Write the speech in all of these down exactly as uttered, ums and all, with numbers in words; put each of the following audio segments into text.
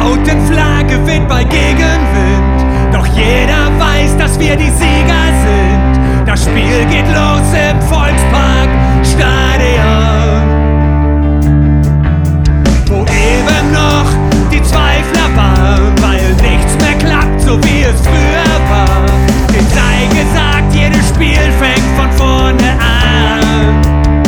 roten Flagge weht bei Gegenwind. Doch jeder weiß, dass wir die Sieger sind. Das Spiel geht los im Volksparkstadion, wo eben noch die Zweifler waren, weil nichts mehr klappt, so wie es früher war. Denen sei gesagt, jedes Spiel fängt von vorne an.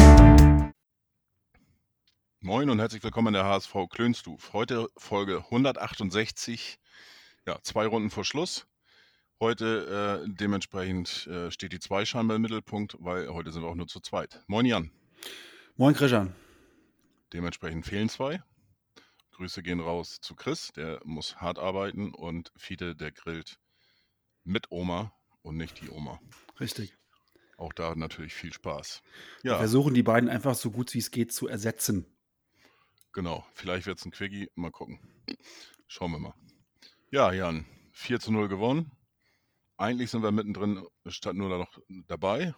Moin und herzlich willkommen in der H S V Klönstuf. Heute Folge hundertachtundsechzig, ja, zwei Runden vor Schluss. Heute äh, dementsprechend äh, steht die zwei scheinbar im Mittelpunkt, weil heute sind wir auch nur zu zweit. Moin Jan. Moin Christian. Dementsprechend fehlen zwei. Grüße gehen raus zu Chris, der muss hart arbeiten, und Fiete, der grillt mit Oma und nicht die Oma. Richtig. Auch da natürlich viel Spaß. Wir Ja, versuchen die beiden einfach so gut wie es geht zu ersetzen. genau. Vielleicht wird es ein Quickie. Mal gucken. Schauen wir mal. Ja, Jan, vier zu null gewonnen. Eigentlich sind wir mittendrin, statt nur da noch dabei.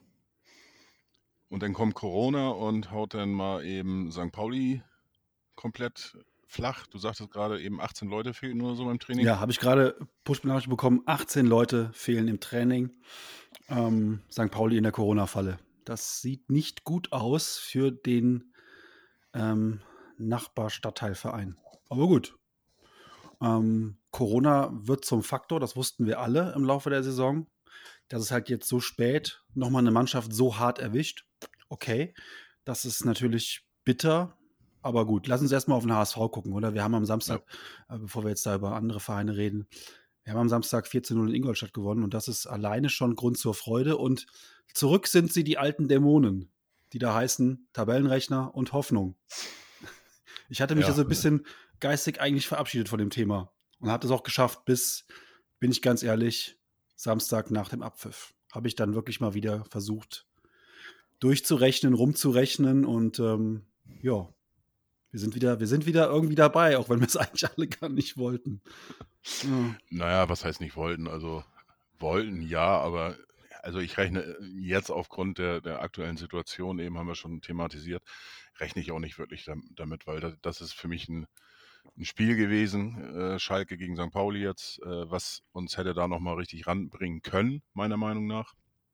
Und dann kommt Corona und haut dann mal eben Sankt Pauli komplett flach. Du sagtest gerade eben, achtzehn Leute fehlten oder so beim Training. Ja, habe ich gerade Push-Benachrichtigung bekommen. achtzehn Leute fehlen im Training. Ähm, Sankt Pauli in der Corona-Falle. Das sieht nicht gut aus für den ähm, Nachbarstadtteilverein. Aber gut. Ähm, Corona wird zum Faktor, das wussten wir alle im Laufe der Saison. Dass es halt jetzt so spät nochmal eine Mannschaft so hart erwischt. Okay, das ist natürlich bitter. Aber gut, lass uns erstmal auf den H S V gucken, oder? Wir haben am Samstag, äh, bevor wir jetzt da über andere Vereine reden, wir haben am Samstag vier zu null in Ingolstadt gewonnen und das ist alleine schon Grund zur Freude. Und zurück sind sie, die alten Dämonen, die da heißen Tabellenrechner und Hoffnung. Ich hatte mich Ja. ja so ein bisschen geistig eigentlich verabschiedet von dem Thema und habe das auch geschafft bis, bin ich ganz ehrlich, Samstag nach dem Abpfiff. Habe ich dann wirklich mal wieder versucht durchzurechnen, rumzurechnen und ähm, ja, wir sind wieder, wir sind wieder irgendwie dabei, auch wenn wir es eigentlich alle gar nicht wollten. Ja. Naja, was heißt nicht wollten? Also wollten ja, aber also ich rechne jetzt aufgrund der, der aktuellen Situation, eben haben wir schon thematisiert, rechne ich auch nicht wirklich dam- damit, weil das, das ist für mich ein, ein Spiel gewesen, äh, Schalke gegen Sankt Pauli jetzt, äh, was uns hätte da nochmal richtig ranbringen können, meiner Meinung nach.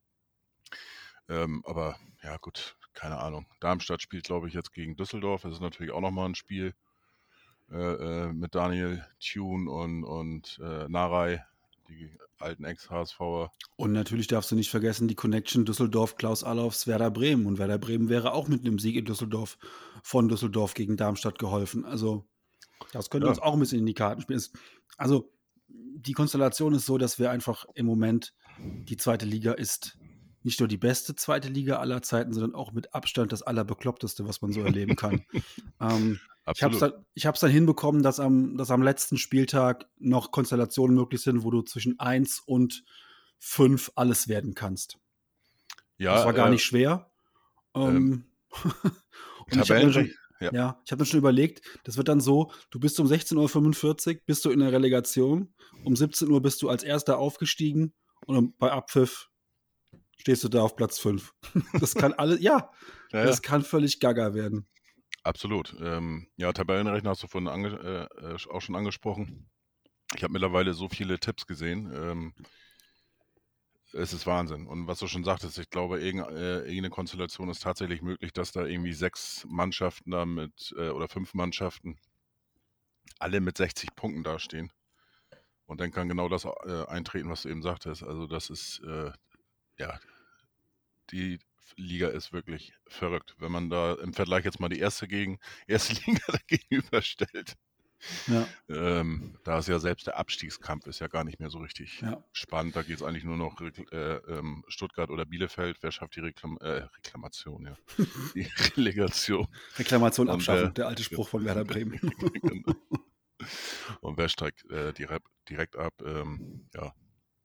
Ähm, aber ja gut, keine Ahnung. Darmstadt spielt, glaube ich, jetzt gegen Düsseldorf. Das ist natürlich auch nochmal ein Spiel äh, äh, mit Daniel Thune und, und äh, Narei, die alten Ex-HSVer. Und natürlich darfst du nicht vergessen, die Connection Düsseldorf, Klaus Allofs, Werder Bremen. Und Werder Bremen wäre auch mit einem Sieg in Düsseldorf von Düsseldorf gegen Darmstadt geholfen. Also, das könnte Ja. uns auch ein bisschen in die Karten spielen. Es- Also, die Konstellation ist so, dass wir einfach im Moment, die zweite Liga ist nicht nur die beste zweite Liga aller Zeiten, sondern auch mit Abstand das allerbekloppteste, was man so erleben kann. ähm, ich habe es Absolut. dann, ich hab's dann hinbekommen, dass am, dass am letzten Spieltag noch Konstellationen möglich sind, wo du zwischen eins und fünf alles werden kannst. Ja, Das war gar äh, nicht schwer. Ähm, und ich habe dann schon, Tabellenrech- ja. ja, ich habe dann schon überlegt, das wird dann so, du bist um sechzehn Uhr fünfundvierzig, bist du in der Relegation, um siebzehn Uhr bist du als Erster aufgestiegen und um- bei Abpfiff stehst du da auf Platz fünf. Das kann alles, ja, Ja, ja, das kann völlig gaga werden. absolut. Ähm, ja, Tabellenrechner hast du vorhin ange äh, äh, auch schon angesprochen. Ich habe mittlerweile so viele Tipps gesehen. Ähm, es ist Wahnsinn. Und was du schon sagtest, ich glaube, irgend, äh, irgendeine Konstellation ist tatsächlich möglich, dass da irgendwie sechs Mannschaften da mit, äh, oder fünf Mannschaften alle mit sechzig Punkten dastehen. Und dann kann genau das äh, eintreten, was du eben sagtest. Also das ist, äh, ja, die Liga ist wirklich verrückt. Wenn man da im Vergleich jetzt mal die erste gegen erste Liga gegenüberstellt, Ja, ähm, da ist ja selbst der Abstiegskampf ist ja gar nicht mehr so richtig ja. spannend. Da geht es eigentlich nur noch Rekl- äh, ähm, Stuttgart oder Bielefeld. Wer schafft die Reklam äh, Reklamation, ja. Die Relegation. Reklamation Und, abschaffen, äh, der alte Spruch von Werder Bremen. Genau. Und wer steigt äh, direkt, direkt ab? Ähm, ja.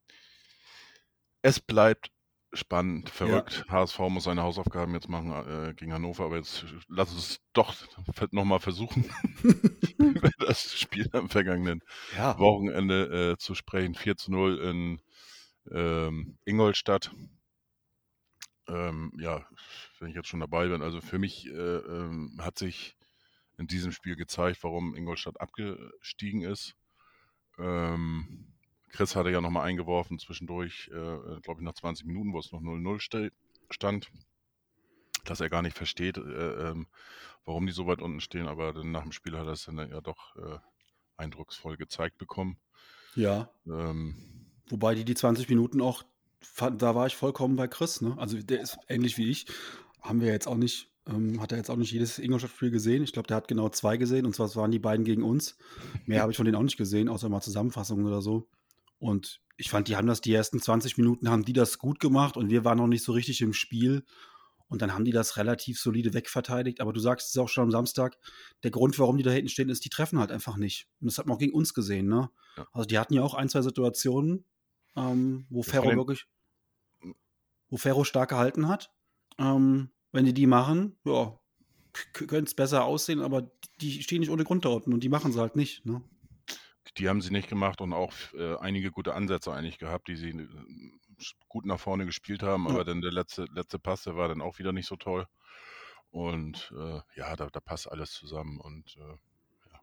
Es bleibt spannend, verrückt. H S V muss seine Hausaufgaben jetzt machen äh, gegen Hannover, aber jetzt lass uns doch nochmal versuchen, über das Spiel am vergangenen Ja, Wochenende äh, zu sprechen. vier zu null in ähm, Ingolstadt. Ähm, ja, wenn ich jetzt schon dabei bin, also für mich äh, ähm, hat sich in diesem Spiel gezeigt, warum Ingolstadt abgestiegen ist. Ähm, Chris hatte ja nochmal eingeworfen zwischendurch, äh, glaube ich nach zwanzig Minuten, wo es noch null null ste- stand, dass er gar nicht versteht, äh, ähm, warum die so weit unten stehen, aber dann nach dem Spiel hat er es dann ja doch äh, eindrucksvoll gezeigt bekommen. Ja. Ähm, Wobei die die zwanzig Minuten auch, fand- da war ich vollkommen bei Chris. Ne? Also der ist ähnlich wie ich. Haben wir jetzt auch nicht, ähm, hat er jetzt auch nicht jedes Ingolstadt-Spiel gesehen. Ich glaube, der hat genau zwei gesehen und zwar waren die beiden gegen uns. Mehr habe ich von denen auch nicht gesehen, außer mal Zusammenfassungen oder so. Und ich fand, die haben das die ersten zwanzig Minuten, haben die das gut gemacht und wir waren noch nicht so richtig im Spiel. Und dann haben die das relativ solide wegverteidigt. Aber du sagst es auch schon am Samstag, der Grund, warum die da hinten stehen, ist, die treffen halt einfach nicht. Und das hat man auch gegen uns gesehen. Ne? Ja. Also die hatten ja auch ein, zwei Situationen, ähm, wo Ja, Ferro von den- wirklich, wo Ferro stark gehalten hat. Ähm, wenn die die machen, ja, könnte es besser aussehen, aber die stehen nicht ohne Grund da unten und die machen sie halt nicht. Ne? Die haben sie nicht gemacht und auch äh, einige gute Ansätze eigentlich gehabt, die sie äh, gut nach vorne gespielt haben, Ja. aber dann der letzte, letzte Pass, der war dann auch wieder nicht so toll. Und äh, ja, da, da passt alles zusammen. Und äh, ja.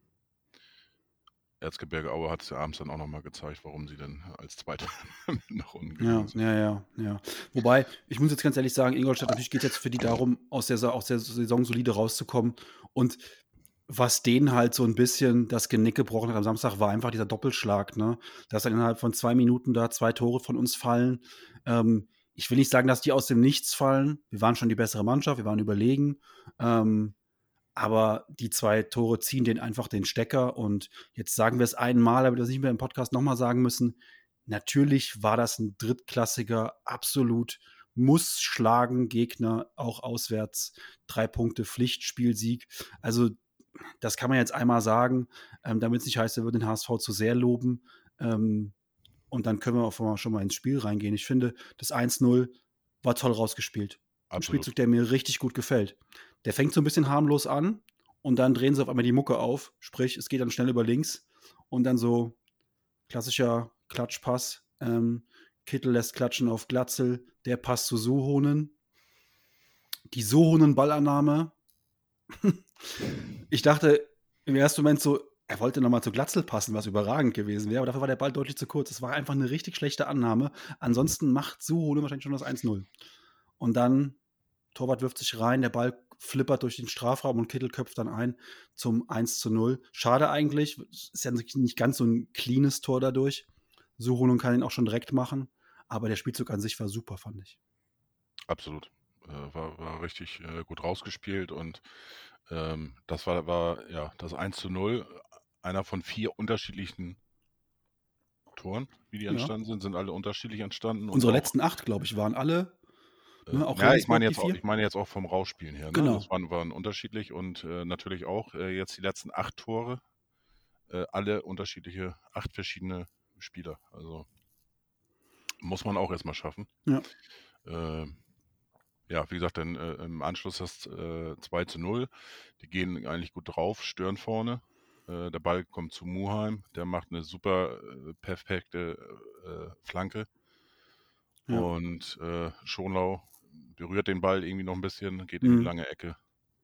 Erzgebirge Aue hat es ja abends dann auch nochmal gezeigt, warum sie dann als Zweiter nach unten gegangen Ja, sind. ja, ja, ja. Wobei, ich muss jetzt ganz ehrlich sagen, Ingolstadt, natürlich geht es jetzt für die darum, aus der, Sa- aus der Saison solide rauszukommen. Und was denen halt so ein bisschen das Genick gebrochen hat am Samstag, war einfach dieser Doppelschlag, ne? Dass dann innerhalb von zwei Minuten da zwei Tore von uns fallen. Ähm, ich will nicht sagen, dass die aus dem Nichts fallen. Wir waren schon die bessere Mannschaft, wir waren überlegen. Ähm, aber die zwei Tore ziehen den einfach den Stecker. Und jetzt sagen wir es einmal, aber das nicht mehr im Podcast nochmal sagen müssen. Natürlich war das ein drittklassiger, absolut muss schlagen Gegner, auch auswärts. Drei Punkte Pflichtspielsieg. Also das kann man jetzt einmal sagen, ähm, damit es nicht heißt, wir würden den H S V zu sehr loben. Ähm, und dann können wir auch mal- schon mal ins Spiel reingehen. Ich finde, das eins null war toll rausgespielt. Ein Absolut. Spielzug, der mir richtig gut gefällt. Der fängt so ein bisschen harmlos an und dann drehen sie auf einmal die Mucke auf. Sprich, es geht dann schnell über links und dann so klassischer Klatschpass. Ähm, Kittel lässt klatschen auf Glatzel. Der Pass zu Suhonen. Die Suhonen-Ballannahme. Ich dachte im ersten Moment so, er wollte nochmal zu Glatzel passen, was überragend gewesen wäre, aber dafür war der Ball deutlich zu kurz. Es war einfach eine richtig schlechte Annahme. Ansonsten macht Suhonen wahrscheinlich schon das eins null. Und dann, Torwart wirft sich rein, der Ball flippert durch den Strafraum und Kittel köpft dann ein zum eins zu null. Schade eigentlich, ist ja nicht ganz so ein cleanes Tor dadurch. Suhonen kann ihn auch schon direkt machen, aber der Spielzug an sich war super, fand ich. Absolut. Äh, war, war richtig äh, gut rausgespielt und ähm, das war, war ja das eins zu null. Einer von vier unterschiedlichen Toren, wie die Ja. entstanden sind, sind alle unterschiedlich entstanden. Unsere und auch, letzten acht, glaube ich, waren alle. äh, Ne, auch ja, ich Regensburg, meine die jetzt auch, vier. ich meine jetzt auch vom Rausspielen her. Ne? Genau. Das waren, waren unterschiedlich und äh, natürlich auch äh, jetzt die letzten acht Tore, äh, alle unterschiedliche, acht verschiedene Spieler. Also muss man auch erstmal schaffen. Ja. Äh, ja, wie gesagt, dann äh, im Anschluss das äh, zwei zu null. Die gehen eigentlich gut drauf, stören vorne. Äh, der Ball kommt zu Muheim, der macht eine super äh, perfekte äh, Flanke. Ja. Und äh, Schonlau berührt den Ball irgendwie noch ein bisschen, geht in Mhm. die lange Ecke.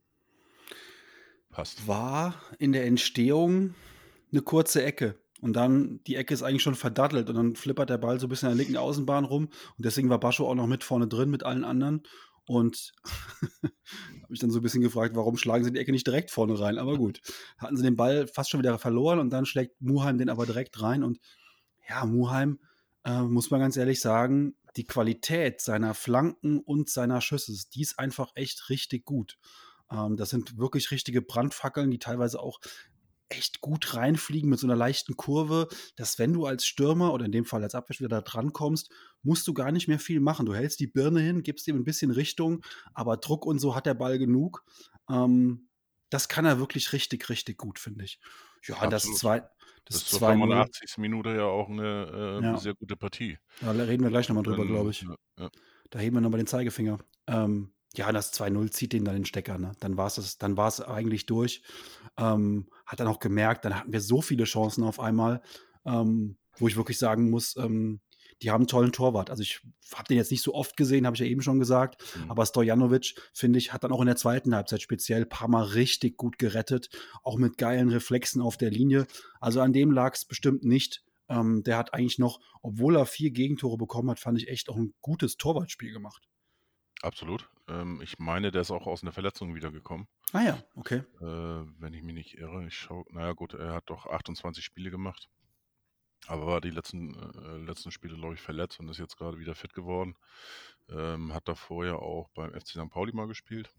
Passt. War in der Entstehung eine kurze Ecke. Und dann, die Ecke ist eigentlich schon verdattelt und dann flippert der Ball so ein bisschen an der linken Außenbahn rum. Und deswegen war Bascho auch noch mit vorne drin mit allen anderen. Und habe mich dann so ein bisschen gefragt, warum schlagen sie die Ecke nicht direkt vorne rein? Aber gut, hatten sie den Ball fast schon wieder verloren und dann schlägt Muheim den aber direkt rein. Und ja, Muheim, äh, muss man ganz ehrlich sagen, die Qualität seiner Flanken und seiner Schüsse, die ist einfach echt richtig gut. Ähm, das sind wirklich richtige Brandfackeln, die teilweise auch echt gut reinfliegen mit so einer leichten Kurve, dass wenn du als Stürmer oder in dem Fall als Abwehrspieler da dran kommst, musst du gar nicht mehr viel machen. Du hältst die Birne hin, gibst ihm ein bisschen Richtung, aber Druck und so hat der Ball genug. Ähm, das kann er wirklich richtig, richtig gut, finde ich. Ja, das Absolut. zwei, Das das ist zur zwei null. fünfundachtzigsten Minute ja auch eine äh, Ja. sehr gute Partie. Da reden wir gleich nochmal drüber, Dann, glaube ich. ja, ja. Da heben wir nochmal den Zeigefinger. Ähm, ja, das zwei null zieht den dann den Stecker. Ne? Dann war es dann war es eigentlich durch. Ähm, hat dann auch gemerkt, dann hatten wir so viele Chancen auf einmal, ähm, wo ich wirklich sagen muss, ähm, die haben einen tollen Torwart. Also ich habe den jetzt nicht so oft gesehen, habe ich ja eben schon gesagt. Mhm. Aber Stojanovic, finde ich, hat dann auch in der zweiten Halbzeit speziell ein paar Mal richtig gut gerettet. Auch mit geilen Reflexen auf der Linie. Also an dem lag es bestimmt nicht. Ähm, der hat eigentlich noch, obwohl er vier Gegentore bekommen hat, fand ich echt auch ein gutes Torwartspiel gemacht. Absolut. Ähm, ich meine, der ist auch aus einer Verletzung wiedergekommen. Ah ja, okay. Äh, wenn ich mich nicht irre. Ich schaue, naja gut, er hat doch achtundzwanzig Spiele gemacht. Aber war die letzten, äh, letzten Spiele, glaube ich, verletzt und ist jetzt gerade wieder fit geworden. Ähm, hat da vorher auch beim F C Sankt Pauli mal gespielt.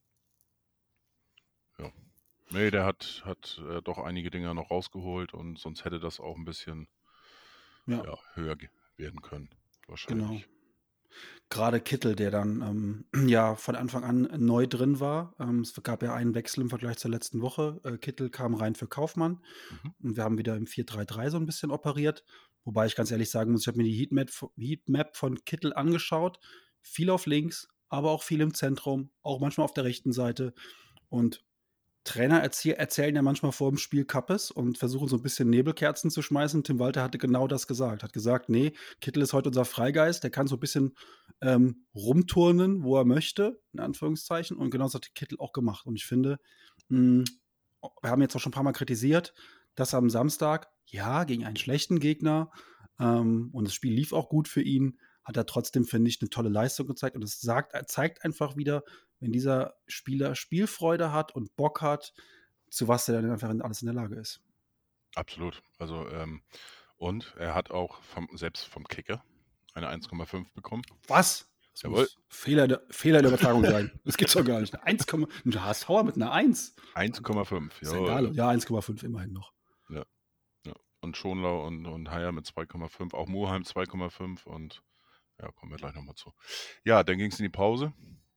Ja. Nee, der hat, hat äh, doch einige Dinger noch rausgeholt und sonst hätte das auch ein bisschen Ja, ja, höher ge- werden können. genau. Wahrscheinlich. Gerade Kittel, der dann ähm, ja von Anfang an neu drin war. Ähm, es gab ja einen Wechsel im Vergleich zur letzten Woche. Äh, Kittel kam rein für Kaufmann Mhm. und wir haben wieder im vier drei drei so ein bisschen operiert. Wobei ich ganz ehrlich sagen muss, ich habe mir die Heatmap, Heatmap von Kittel angeschaut. Viel auf links, aber auch viel im Zentrum, auch manchmal auf der rechten Seite. Und Trainer erzäh erzählen ja manchmal vor dem Spiel Kappes und versuchen so ein bisschen Nebelkerzen zu schmeißen. Tim Walter hatte genau das gesagt. Hat gesagt: „Nee, Kittel ist heute unser Freigeist, der kann so ein bisschen, ähm, rumturnen, wo er möchte“, in Anführungszeichen. Und genau das hat Kittel auch gemacht. Und ich finde, hm, wir haben jetzt auch schon ein paar Mal kritisiert, dass am Samstag, ja, gegen einen schlechten Gegner, ähm, und das Spiel lief auch gut für ihn, hat er trotzdem, finde ich, eine tolle Leistung gezeigt. Und es sagt zeigt einfach wieder, wenn dieser Spieler Spielfreude hat und Bock hat, zu was er dann einfach in alles in der Lage ist. Absolut. Also, ähm, und er hat auch vom, selbst vom Kicker eine eins Komma fünf bekommen. Was? Das Jawohl. muss Fehler der Fehler der Übertragung sein. Das gibt's doch gar nicht. 'Ne eins, ein HSVer mit einer eins. eins Komma fünf, Ist ja jawohl. egal. Ja, eins Komma fünf immerhin noch. Ja, ja. Und Schonlau und, und Haier mit zwei Komma fünf, auch Muheim zwei Komma fünf und ja, kommen wir gleich nochmal zu. Ja, dann ging es in die Pause.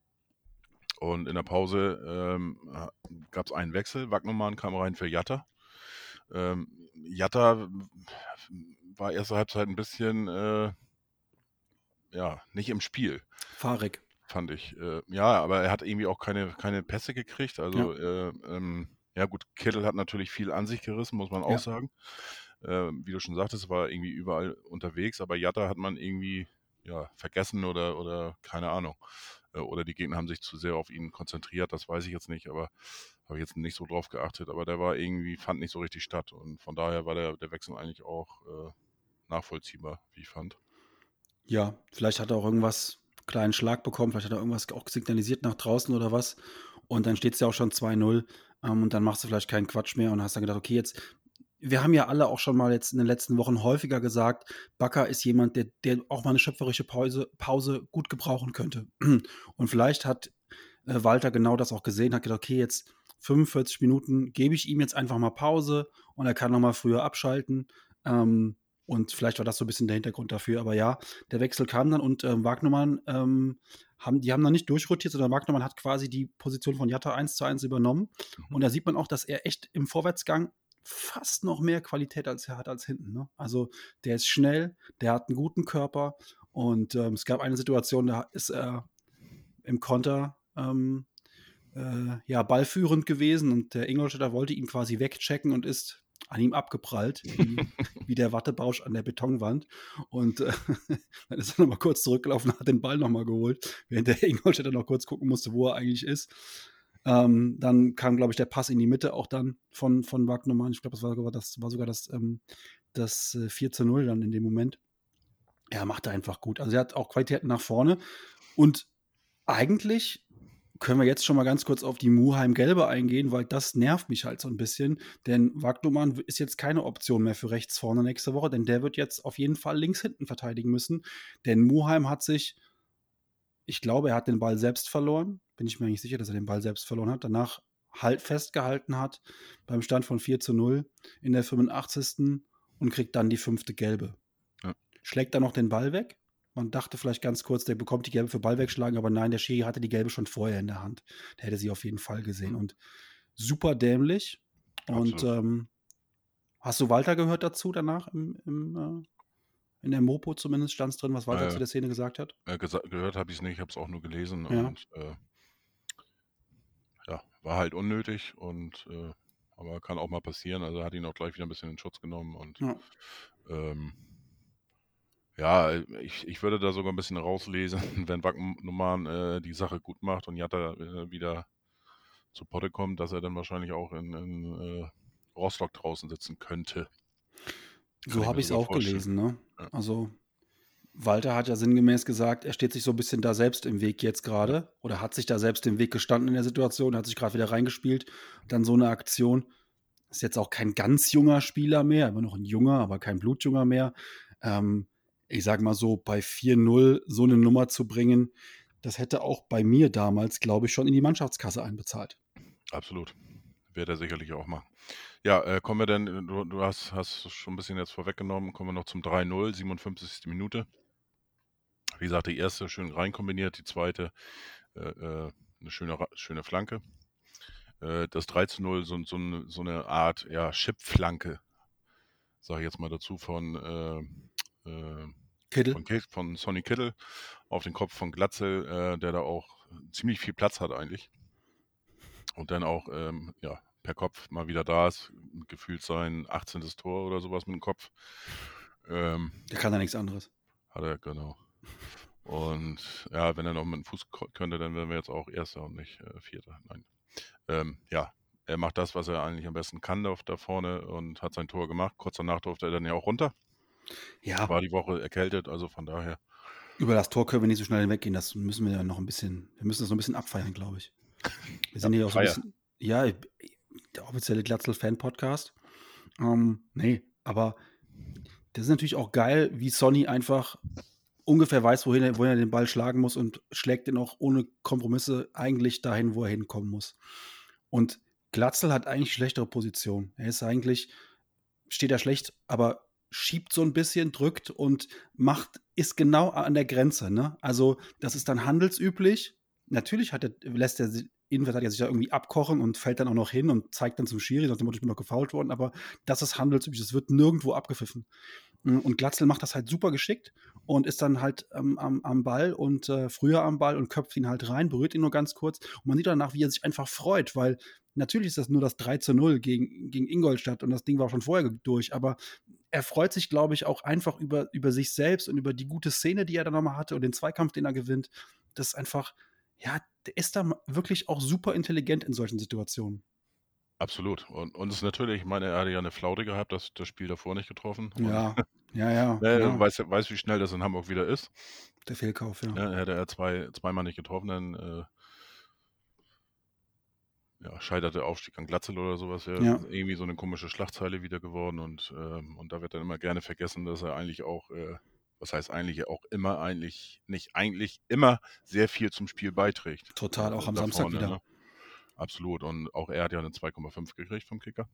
Und in der Pause ähm, gab es einen Wechsel. Wagnumann kam rein für Jatta. Ähm, Jatta war erste Halbzeit ein bisschen äh, ja, nicht im Spiel, Fahrig. fand ich. Äh, ja, aber er hat irgendwie auch keine, keine Pässe gekriegt. Also, Ja. äh, ähm, ja gut, Kittel hat natürlich viel an sich gerissen, muss man auch Ja. sagen. Äh, wie du schon sagtest, war irgendwie überall unterwegs, aber Jatta hat man irgendwie ja, vergessen oder, oder keine Ahnung. Äh, oder die Gegner haben sich zu sehr auf ihn konzentriert, das weiß ich jetzt nicht, aber habe ich jetzt nicht so drauf geachtet. Aber der war irgendwie, fand nicht so richtig statt. Und von daher war der, der Wechsel eigentlich auch äh, nachvollziehbar, wie ich fand. Ja, vielleicht hat er auch irgendwas kleinen Schlag bekommen, vielleicht hat er irgendwas auch signalisiert nach draußen oder was. Und dann steht es ja auch schon zwei null, ähm, und dann machst du vielleicht keinen Quatsch mehr und hast dann gedacht: „Okay, jetzt“, wir haben ja alle auch schon mal jetzt in den letzten Wochen häufiger gesagt, Bakker ist jemand, der der auch mal eine schöpferische Pause Pause gut gebrauchen könnte. Und vielleicht hat, äh, Walter genau das auch gesehen, hat gedacht: „Okay, jetzt fünfundvierzig Minuten gebe ich ihm jetzt einfach mal Pause und er kann noch mal früher abschalten.“ Ähm, und vielleicht war das so ein bisschen der Hintergrund dafür. Aber ja, der Wechsel kam dann und, ähm, Wagnumann, ähm, haben die haben dann nicht durchrotiert, sondern Wagnumann hat quasi die Position von Jatta eins zu eins übernommen. Mhm. Und da sieht man auch, dass er echt im Vorwärtsgang fast noch mehr Qualität als er hat als hinten, ne? Also, der ist schnell, der hat einen guten Körper und, ähm, es gab eine Situation, da ist er im Konter, ähm, äh, ja, ballführend gewesen und der Ingolstädter wollte ihn quasi wegchecken und ist an ihm abgeprallt, wie wie der Wattebausch an der Betonwand. Und, äh, dann ist er noch mal kurz zurückgelaufen, hat den Ball noch mal geholt, während der Ingolstädter noch kurz gucken musste, wo er eigentlich ist. Ähm, dann kam, glaube ich, der Pass in die Mitte auch dann von von Wagnumann. Ich glaube, das war sogar das war sogar das, ähm das, äh, vier zu null dann in dem Moment. Er macht einfach gut. Also, er hat auch Qualitäten nach vorne und eigentlich können wir jetzt schon mal ganz kurz auf die Muheim-Gelbe eingehen, weil das nervt mich halt so ein bisschen, denn Wagnumann ist jetzt keine Option mehr für rechts vorne nächste Woche, denn der wird jetzt auf jeden Fall links hinten verteidigen müssen, denn Muheim hat sich, ich glaube, er hat den Ball selbst verloren. Bin ich mir eigentlich sicher, dass er den Ball selbst verloren hat. Danach halt festgehalten hat beim Stand von vier zu null in der fünfundachtzigsten und kriegt dann die fünfte Gelbe. Ja. Schlägt dann noch den Ball weg. Man dachte vielleicht ganz kurz, der bekommt die Gelbe für Ball wegschlagen, aber nein, der Schiri hatte die Gelbe schon vorher in der Hand. Der hätte sie auf jeden Fall gesehen. Und super dämlich. Und Absolut. ähm, hast du Walter gehört dazu danach im, im, äh, in der Mopo zumindest stand es drin, was Walter Äh, zu der Szene gesagt hat? äh, gesa- gehört habe ich es nicht, ich habe es auch nur gelesen Ja. und äh, ja, war halt unnötig und äh, aber kann auch mal passieren. Also hat ihn auch gleich wieder ein bisschen in Schutz genommen und Ja. ähm, Ja, ich, ich würde da sogar ein bisschen rauslesen, wenn Wagnumann äh, die Sache gut macht und Jatta äh, wieder zu Potte kommt, dass er dann wahrscheinlich auch in, in äh, Rostock draußen sitzen könnte. Kann So ich mir habe ich es sogar auch vorstellen. gelesen, ne? Ja, Also Walter hat ja sinngemäß gesagt, er steht sich so ein bisschen da selbst im Weg jetzt ja, gerade oder hat sich da selbst im Weg gestanden in der Situation, hat sich gerade wieder reingespielt. Dann so eine Aktion. Ist jetzt auch kein ganz junger Spieler mehr, immer noch ein junger, aber kein blutjunger mehr. Ähm, ich sage mal so, bei vier null so eine Nummer zu bringen, das hätte auch bei mir damals, glaube ich, schon in die Mannschaftskasse einbezahlt. absolut. Wird er sicherlich auch machen. Ja, äh, kommen wir denn, du, du hast, hast schon ein bisschen jetzt vorweggenommen, kommen wir noch zum drei null, siebenundfünfzigste Minute. Wie gesagt, die erste schön rein kombiniert, die zweite äh, äh, eine schöne, Ra- schöne Flanke. Äh, das drei zu null, so, so, eine, so eine Art ja, Chip-Flanke, sage ich jetzt mal dazu, von, äh, äh, Kittel. von, Ki- von Sonny Kittel auf den Kopf von Glatzel, äh, der da auch ziemlich viel Platz hat eigentlich. Und dann auch ähm, ja, per Kopf mal wieder da ist, gefühlt sein achtzehntes Tor oder sowas mit dem Kopf. Ähm, Der kann ja nichts anderes. Hat er, genau. Und ja, wenn er noch mit dem Fuß ko- könnte, dann wären wir jetzt auch Erster und nicht äh, Vierter. Nein. Ähm, ja, er macht das, was er eigentlich am besten kann da, da vorne und hat sein Tor gemacht. Kurz danach durfte er dann ja auch runter. Ja, War die Woche erkältet, also von daher. über das Tor können wir nicht so schnell hinweggehen. Das müssen wir ja noch ein bisschen, wir müssen das noch ein bisschen abfeiern, glaube ich. Wir Ja, sind hier auch so ein Feier. bisschen, ja, der offizielle Glatzel-Fan-Podcast. Ähm, nee, aber das ist natürlich auch geil, wie Sonny einfach ungefähr weiß, wohin er, wohin er den Ball schlagen muss und schlägt den auch ohne Kompromisse eigentlich dahin, wo er hinkommen muss. Und Glatzel hat eigentlich schlechtere Position. Er ist eigentlich, steht er schlecht, aber schiebt so ein bisschen, drückt und macht, ist genau an der Grenze. Ne? Also, das ist dann handelsüblich. Natürlich hat er, lässt der Innenverteidiger sich da irgendwie abkochen und fällt dann auch noch hin und zeigt dann zum Schiri, nach dem Motto, ich bin noch gefoult worden, aber das ist handelsüblich. Das wird nirgendwo abgepfiffen. Und Glatzel macht das halt super geschickt und ist dann halt ähm, am, am Ball und äh, früher am Ball und köpft ihn halt rein, berührt ihn nur ganz kurz. Und man sieht danach, wie er sich einfach freut, weil natürlich ist das nur das drei zu null gegen, gegen Ingolstadt und das Ding war schon vorher durch, aber er freut sich, glaube ich, auch einfach über, über sich selbst und über die gute Szene, die er dann nochmal hatte und den Zweikampf, den er gewinnt. Das ist einfach, ja, der ist da wirklich auch super intelligent in solchen Situationen. Absolut. Und, und es ist natürlich, ich meine, er hatte ja eine Flaute gehabt, das, das Spiel davor nicht getroffen. Und Ja, ja, ja, ne, ja. weiß, weiß, wie schnell das in Hamburg wieder ist. Der Fehlkauf, ja. Ne, hätte er zwei, zweimal nicht getroffen, dann äh, ja, scheiterte Aufstieg an Glatzel oder sowas, wäre Ja, irgendwie so eine komische Schlagzeile wieder geworden. Und, ähm, und da wird dann immer gerne vergessen, dass er eigentlich auch, äh, was heißt eigentlich auch immer, eigentlich, nicht eigentlich, immer sehr viel zum Spiel beiträgt. total, auch Äh, am da Samstag vorne, wieder. ne? Absolut. Und auch er hat ja eine zwei Komma fünf gekriegt vom Kicker.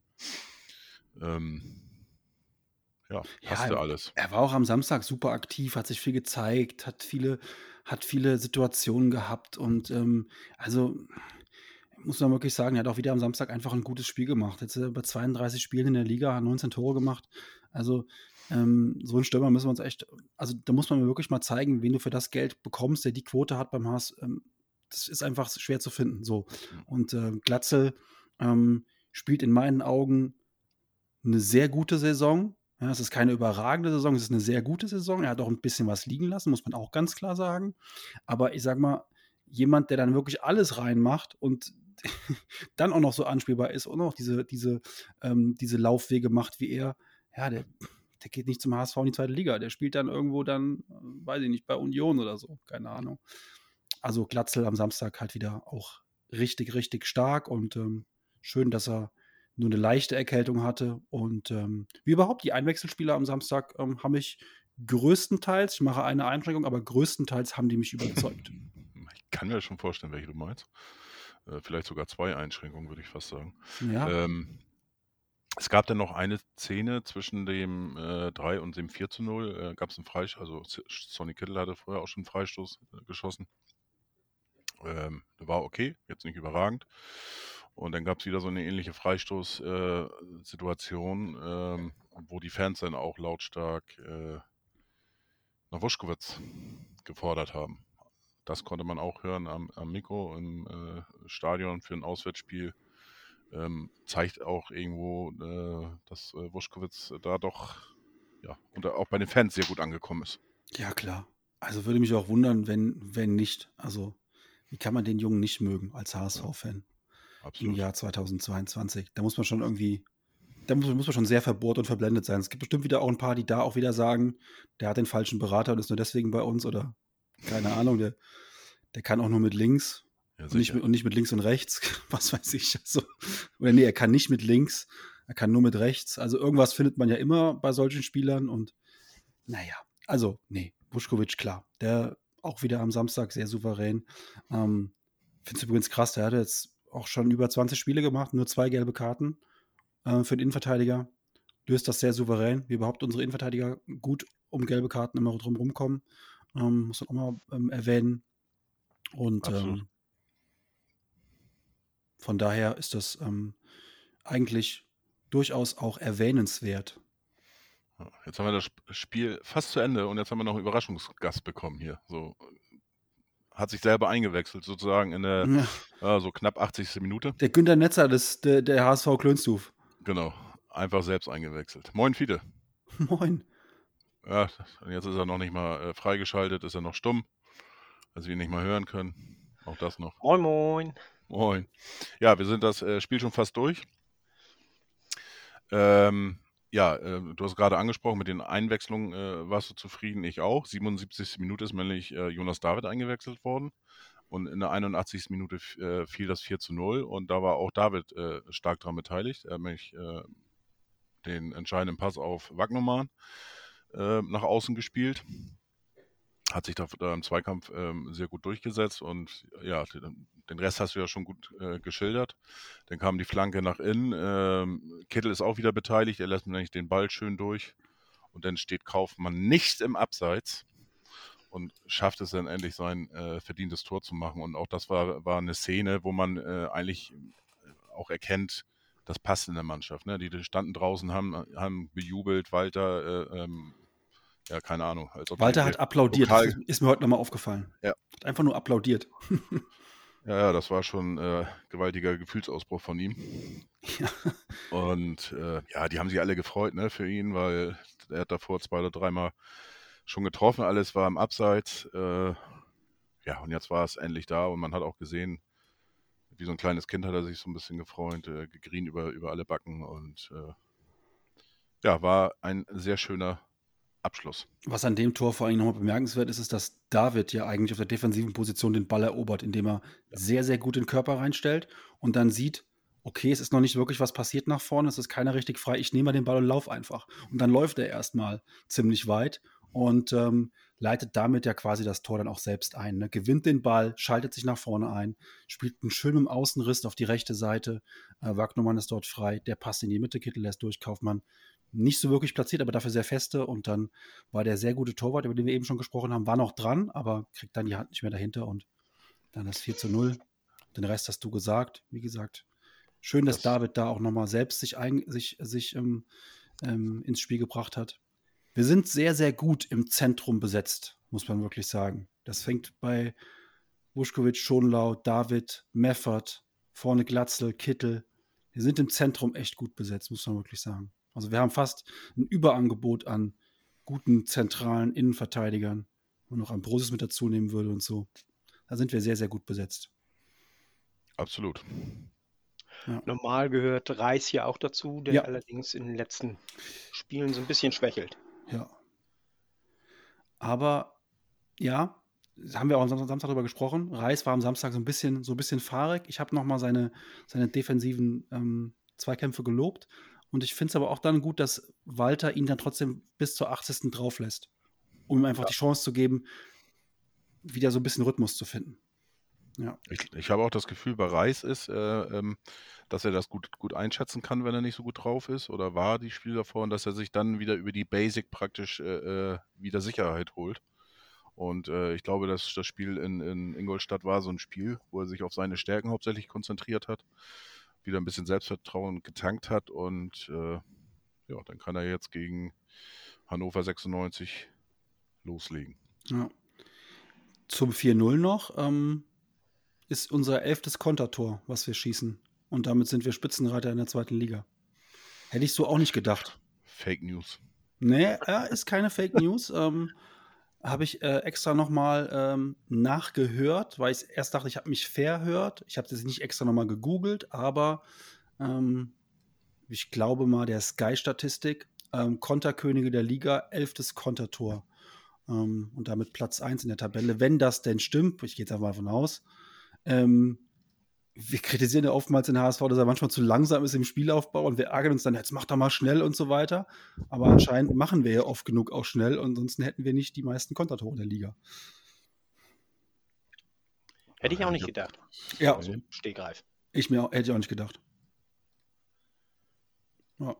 Ähm, ja, Ja, passte er, alles. er war auch am Samstag super aktiv, hat sich viel gezeigt, hat viele, hat viele Situationen gehabt und ähm, also muss man wirklich sagen, er hat auch wieder am Samstag einfach ein gutes Spiel gemacht. Jetzt äh, bei zweiunddreißig Spielen in der Liga, hat neunzehn Tore gemacht. Also ähm, so einen Stürmer müssen wir uns echt, also da muss man mir wirklich mal zeigen, wen du für das Geld bekommst, der die Quote hat beim Haas. Ähm, das ist einfach schwer zu finden. So. Hm, Und äh, Glatzel ähm, spielt in meinen Augen eine sehr gute Saison. Ja, es ist keine überragende Saison, es ist eine sehr gute Saison. Er hat auch ein bisschen was liegen lassen, muss man auch ganz klar sagen. Aber ich sage mal, jemand, der dann wirklich alles reinmacht und dann auch noch so anspielbar ist und auch diese, diese, ähm, diese Laufwege macht wie er, ja, der, der geht nicht zum H S V in die zweite Liga. Der spielt dann irgendwo dann, äh, weiß ich nicht, bei Union oder so, keine Ahnung. Also Glatzel am Samstag halt wieder auch richtig, richtig stark und ähm, schön, dass er nur eine leichte Erkältung hatte. Und ähm, wie überhaupt, die Einwechselspieler am Samstag ähm, haben mich größtenteils, ich mache eine Einschränkung, aber größtenteils haben die mich überzeugt. Ich kann mir schon vorstellen, welche du meinst. Äh, vielleicht sogar zwei Einschränkungen, würde ich fast sagen. Ja, Ähm, es gab dann noch eine Szene zwischen dem äh, drei und dem vier zu null. Äh, gab es einen Freistoß, also S- Sonny Kittel hatte vorher auch schon einen Freistoß äh, geschossen. Ähm, war okay, jetzt nicht überragend. Und dann gab es wieder so eine ähnliche Freistoß-Situation, ähm, wo die Fans dann auch lautstark äh, nach Wuschkowitz gefordert haben. Das konnte man auch hören am, am Mikro im äh, Stadion für ein Auswärtsspiel. Ähm, zeigt auch irgendwo, äh, dass äh, Wuschkowitz da doch ja, und auch bei den Fans sehr gut angekommen ist. Ja, klar. Also würde mich auch wundern, wenn, wenn nicht. Also, wie kann man den Jungen nicht mögen als H S Ja, V-Fan im absolut. Jahr zweitausendzweiundzwanzig? Da muss man schon irgendwie, da muss, muss man schon sehr verbohrt und verblendet sein. Es gibt bestimmt wieder auch ein paar, die da auch wieder sagen, der hat den falschen Berater und ist nur deswegen bei uns oder keine Ahnung, der, der kann auch nur mit links Ja, und nicht sicher. mit, und nicht mit links und rechts. Was weiß ich. Also, oder nee, er kann nicht mit links, er kann nur mit rechts. Also irgendwas findet man ja immer bei solchen Spielern und naja, also nee, Vuskovic, klar. Der auch wieder am Samstag sehr souverän. Ähm, Finde es übrigens krass, der hat jetzt auch schon über zwanzig Spiele gemacht, nur zwei gelbe Karten äh, für den Innenverteidiger. Löst das sehr souverän, wie überhaupt unsere Innenverteidiger gut um gelbe Karten immer drum rumkommen. Ähm, muss man auch mal ähm, erwähnen. Und Absolut. ähm, von daher ist das ähm, eigentlich durchaus auch erwähnenswert. Ja, jetzt haben wir das Sp- Spiel fast zu Ende und jetzt haben wir noch einen Überraschungsgast bekommen hier. So hat sich selber eingewechselt, sozusagen in der Ja, ja, so knapp achtzigsten Minute. der Günter Netzer, des, der, der H S V Klönstuf. Genau, einfach selbst eingewechselt. Moin, Fiete. Moin. Ja, und jetzt ist er noch nicht mal äh, freigeschaltet, ist er noch stumm, dass wir ihn nicht mal hören können. Auch das noch. Moin, moin. Moin. Ja, wir sind das äh, Spiel schon fast durch. Ähm, ja, äh, du hast gerade angesprochen, mit den Einwechslungen äh, warst du zufrieden, ich auch. siebenundsiebzigste Minute ist nämlich äh, Jonas David eingewechselt worden und in der einundachtzigsten Minute f- äh, fiel das vier zu null und da war auch David äh, stark daran beteiligt. Er hat nämlich äh, den entscheidenden Pass auf Wagnermann äh, nach außen gespielt. Hat sich da, da im Zweikampf ähm, sehr gut durchgesetzt und ja, den, den Rest hast du ja schon gut äh, geschildert. Dann kam die Flanke nach innen. Ähm, Kittel ist auch wieder beteiligt, er lässt nämlich den Ball schön durch und dann steht Kaufmann nicht im Abseits und schafft es dann endlich sein äh, verdientes Tor zu machen. Und auch das war, war eine Szene, wo man äh, eigentlich auch erkennt, das passt in der Mannschaft. Ne? Die, die standen draußen, haben, haben bejubelt, Walter, äh, ähm, ja, keine Ahnung. Als ob Walter die hat applaudiert, das lokal, ist, ist mir heute nochmal aufgefallen. ja, Hat einfach nur applaudiert. ja, ja, das war schon äh, gewaltiger Gefühlsausbruch von ihm. Ja. Und äh, ja, die haben sich alle gefreut, ne, für ihn, weil er hat davor zwei oder dreimal schon getroffen, alles war im Abseits. Äh, ja, und jetzt war es endlich da und man hat auch gesehen, wie so ein kleines Kind hat er sich so ein bisschen gefreut, äh, gegrient über, über alle Backen und äh, ja, war ein sehr schöner Abschluss. Was an dem Tor vor allem nochmal bemerkenswert ist, ist, dass David ja eigentlich auf der defensiven Position den Ball erobert, indem er sehr, sehr gut den Körper reinstellt und dann sieht, okay, es ist noch nicht wirklich was passiert nach vorne, es ist keiner richtig frei, ich nehme mal den Ball und lauf einfach. Und dann läuft er erstmal ziemlich weit und ähm, leitet damit ja quasi das Tor dann auch selbst ein. Ne? Gewinnt den Ball, schaltet sich nach vorne ein, spielt einen schönen Außenriss auf die rechte Seite. Äh, Wagnermann ist dort frei, der passt in die Mitte, Kittel lässt durch, Kaufmann nicht so wirklich platziert, aber dafür sehr feste. Und dann war der sehr gute Torwart, über den wir eben schon gesprochen haben, war noch dran, aber kriegt dann die Hand nicht mehr dahinter und dann das vier zu null. Den Rest hast du gesagt. Wie gesagt, schön, dass Das, David da auch nochmal selbst sich, ein, sich, sich ähm, ähm, ins Spiel gebracht hat. Wir sind sehr, sehr gut im Zentrum besetzt, muss man wirklich sagen. Das fängt bei Vuskovic, Schonlau, David, Meffert, vorne Glatzel, Kittel. Wir sind im Zentrum echt gut besetzt, muss man wirklich sagen. Also wir haben fast ein Überangebot an guten zentralen Innenverteidigern, wo noch Ambrosius mit dazu nehmen würde und so. Da sind wir sehr, sehr gut besetzt. absolut. Ja. Normal gehört Reis ja auch dazu, der Ja. allerdings in den letzten Spielen so ein bisschen schwächelt. Ja. Aber ja, haben wir auch am Sam- Samstag darüber gesprochen. Reis war am Samstag so ein bisschen, so ein bisschen fahrig. Ich habe nochmal seine, seine defensiven ähm, Zweikämpfe gelobt. Und ich finde es aber auch dann gut, dass Walter ihn dann trotzdem bis zur achtzigsten drauf lässt, um ihm einfach die Chance zu geben, wieder so ein bisschen Rhythmus zu finden. Ja. Ich, ich habe auch das Gefühl, bei Reis ist, äh, ähm, dass er das gut, gut einschätzen kann, wenn er nicht so gut drauf ist oder war die Spiele davor und dass er sich dann wieder über die Basic praktisch äh, äh, wieder Sicherheit holt. Und äh, ich glaube, dass das Spiel in, in Ingolstadt war so ein Spiel, wo er sich auf seine Stärken hauptsächlich konzentriert hat, wieder ein bisschen Selbstvertrauen getankt hat und äh, ja, dann kann er jetzt gegen Hannover sechsundneunzig loslegen. Ja. Zum vier null noch ähm, ist unser elftes Kontertor, was wir schießen. Und damit sind wir Spitzenreiter in der zweiten Liga. Hätte ich so auch nicht gedacht. Fake News. Nee, ja, ist keine Fake News. ähm, habe ich äh, extra nochmal ähm, nachgehört, weil ich erst dachte, ich habe mich verhört. Ich habe das nicht extra nochmal gegoogelt, aber ähm, ich glaube mal, der Sky-Statistik, ähm, Konterkönige der Liga, elftes Kontertor. Ähm, und damit Platz eins in der Tabelle. Wenn das denn stimmt, ich gehe jetzt einfach mal davon aus, ähm, wir kritisieren ja oftmals den H S V, dass er manchmal zu langsam ist im Spielaufbau und wir ärgern uns dann, jetzt macht er mal schnell und so weiter. Aber anscheinend machen wir ja oft genug auch schnell und ansonsten hätten wir nicht die meisten Kontertore der Liga. Hätte ich auch Ja, nicht ich- gedacht. Ja, Also Stehgreif. ich mir auch, hätte ich auch nicht gedacht. Ja.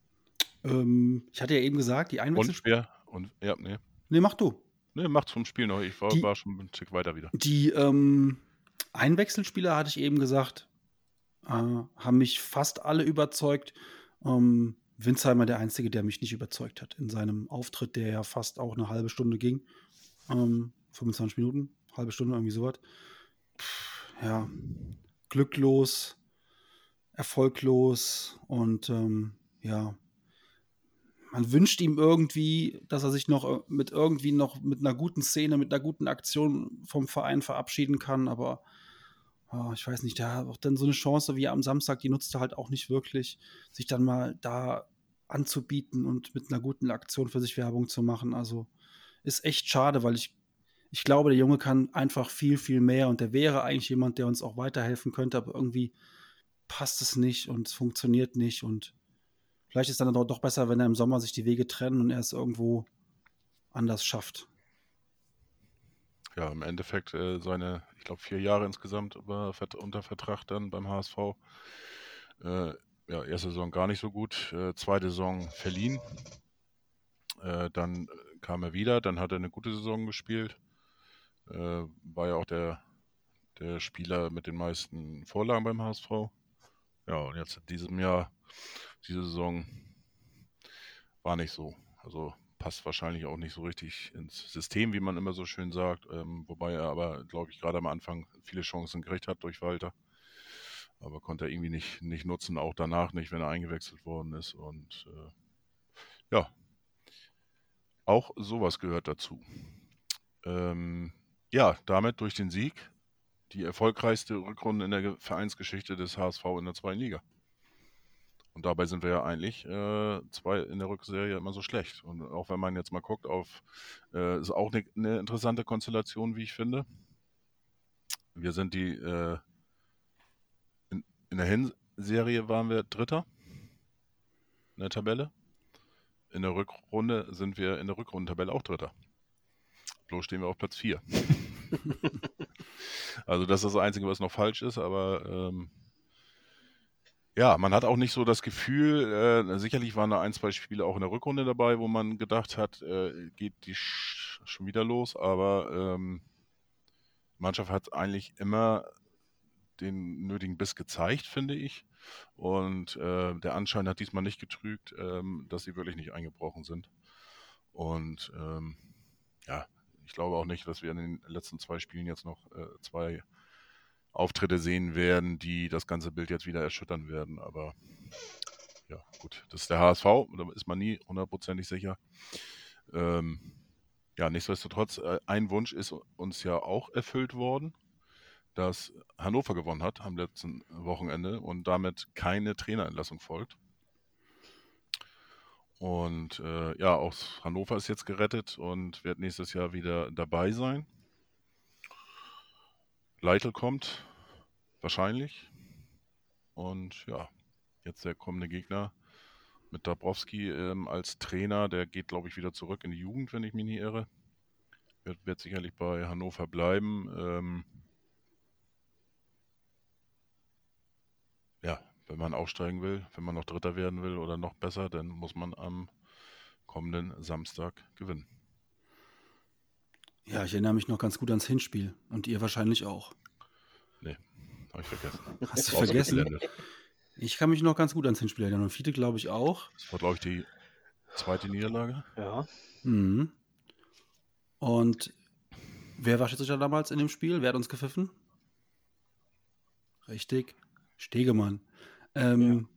Ähm, ich hatte ja eben gesagt, die Und Einwechselspieler. schwer. Und ja, nee. Nee, mach du. Nee, macht's vom Spiel noch. Ich war, Die- war schon ein Tick weiter wieder. Die ähm, Einwechselspieler, hatte ich eben gesagt, äh, haben mich fast alle überzeugt. Ähm, Winsheimer der Einzige, der mich nicht überzeugt hat in seinem Auftritt, der ja fast auch eine halbe Stunde ging. Ähm, fünfundzwanzig Minuten, halbe Stunde, irgendwie sowas. Pff, ja, glücklos, erfolglos und ähm, ja, man wünscht ihm irgendwie, dass er sich noch äh, mit irgendwie noch mit einer guten Szene, mit einer guten Aktion vom Verein verabschieden kann, aber ah, ich weiß nicht, der hat auch dann so eine Chance wie am Samstag, die nutzt er halt auch nicht wirklich, sich dann mal da anzubieten und mit einer guten Aktion für sich Werbung zu machen. Also ist echt schade, weil ich, ich glaube, der Junge kann einfach viel, viel mehr und der wäre eigentlich jemand, der uns auch weiterhelfen könnte, aber irgendwie passt es nicht und es funktioniert nicht und vielleicht ist dann doch doch besser, wenn er im Sommer sich die Wege trennen und er es irgendwo anders schafft. Ja, im Endeffekt äh, seine, ich glaube, vier Jahre insgesamt über, Vert- unter Vertrag dann beim H S V. Äh, ja, erste Saison gar nicht so gut, äh, zweite Saison verliehen. Äh, dann äh, kam er wieder, dann hat er eine gute Saison gespielt. Äh, war ja auch der, der Spieler mit den meisten Vorlagen beim H S V. Ja, und jetzt in diesem Jahr, diese Saison war nicht so. Also passt wahrscheinlich auch nicht so richtig ins System, wie man immer so schön sagt. Ähm, wobei er aber, glaube ich, gerade am Anfang viele Chancen gekriegt hat durch Walter. Aber konnte er irgendwie nicht, nicht nutzen, auch danach nicht, wenn er eingewechselt worden ist. Und äh, ja, auch sowas gehört dazu. Ähm, ja, damit durch den Sieg die erfolgreichste Rückrunde in der Ge- Vereinsgeschichte des H S V in der zweiten Liga. Und dabei sind wir ja eigentlich äh, zwei in der Rückserie immer so schlecht. Und auch wenn man jetzt mal guckt auf, äh, ist auch eine ne interessante Konstellation, wie ich finde. Wir sind die, äh, in, in der Hinserie waren wir Dritter in der Tabelle. In der Rückrunde sind wir in der Rückrundentabelle auch Dritter. Bloß stehen wir auf Platz vier. Also das ist das Einzige, was noch falsch ist, aber ähm, ja, man hat auch nicht so das Gefühl, äh, sicherlich waren da ein, zwei Spiele auch in der Rückrunde dabei, wo man gedacht hat, äh, geht die sch schon wieder los, aber ähm, die Mannschaft hat eigentlich immer den nötigen Biss gezeigt, finde ich. Und äh, der Anschein hat diesmal nicht getrügt, ähm, dass sie wirklich nicht eingebrochen sind. Und ähm, ja, ich glaube auch nicht, dass wir in den letzten zwei Spielen jetzt noch äh, zwei Auftritte sehen werden, die das ganze Bild jetzt wieder erschüttern werden. Aber ja, gut, das ist der H S V, da ist man nie hundertprozentig sicher. Ähm, ja, nichtsdestotrotz, äh, ein Wunsch ist uns ja auch erfüllt worden, dass Hannover gewonnen hat am letzten Wochenende und damit keine Trainerentlassung folgt. Und äh, ja, auch Hannover ist jetzt gerettet und wird nächstes Jahr wieder dabei sein. Leitl kommt, wahrscheinlich. Und ja, jetzt der kommende Gegner mit Dabrowski ähm, als Trainer, der geht, glaube ich, wieder zurück in die Jugend, wenn ich mich nicht irre. Wird, wird sicherlich bei Hannover bleiben. Ähm, ja, wenn man aufsteigen will, wenn man noch Dritter werden will oder noch besser, dann muss man am kommenden Samstag gewinnen. Ja, ich erinnere mich noch ganz gut ans Hinspiel und ihr wahrscheinlich auch. Nee, habe ich vergessen. Hast du Außer vergessen? geblendet. Ich kann mich noch ganz gut ans Hinspiel erinnern und Fiete glaube ich auch. Das war, glaube ich, die zweite Niederlage. Ja. Mhm. Und wer war Schiedsrichter damals in dem Spiel? Wer hat uns gepfiffen? Richtig, Stegemann. Ähm,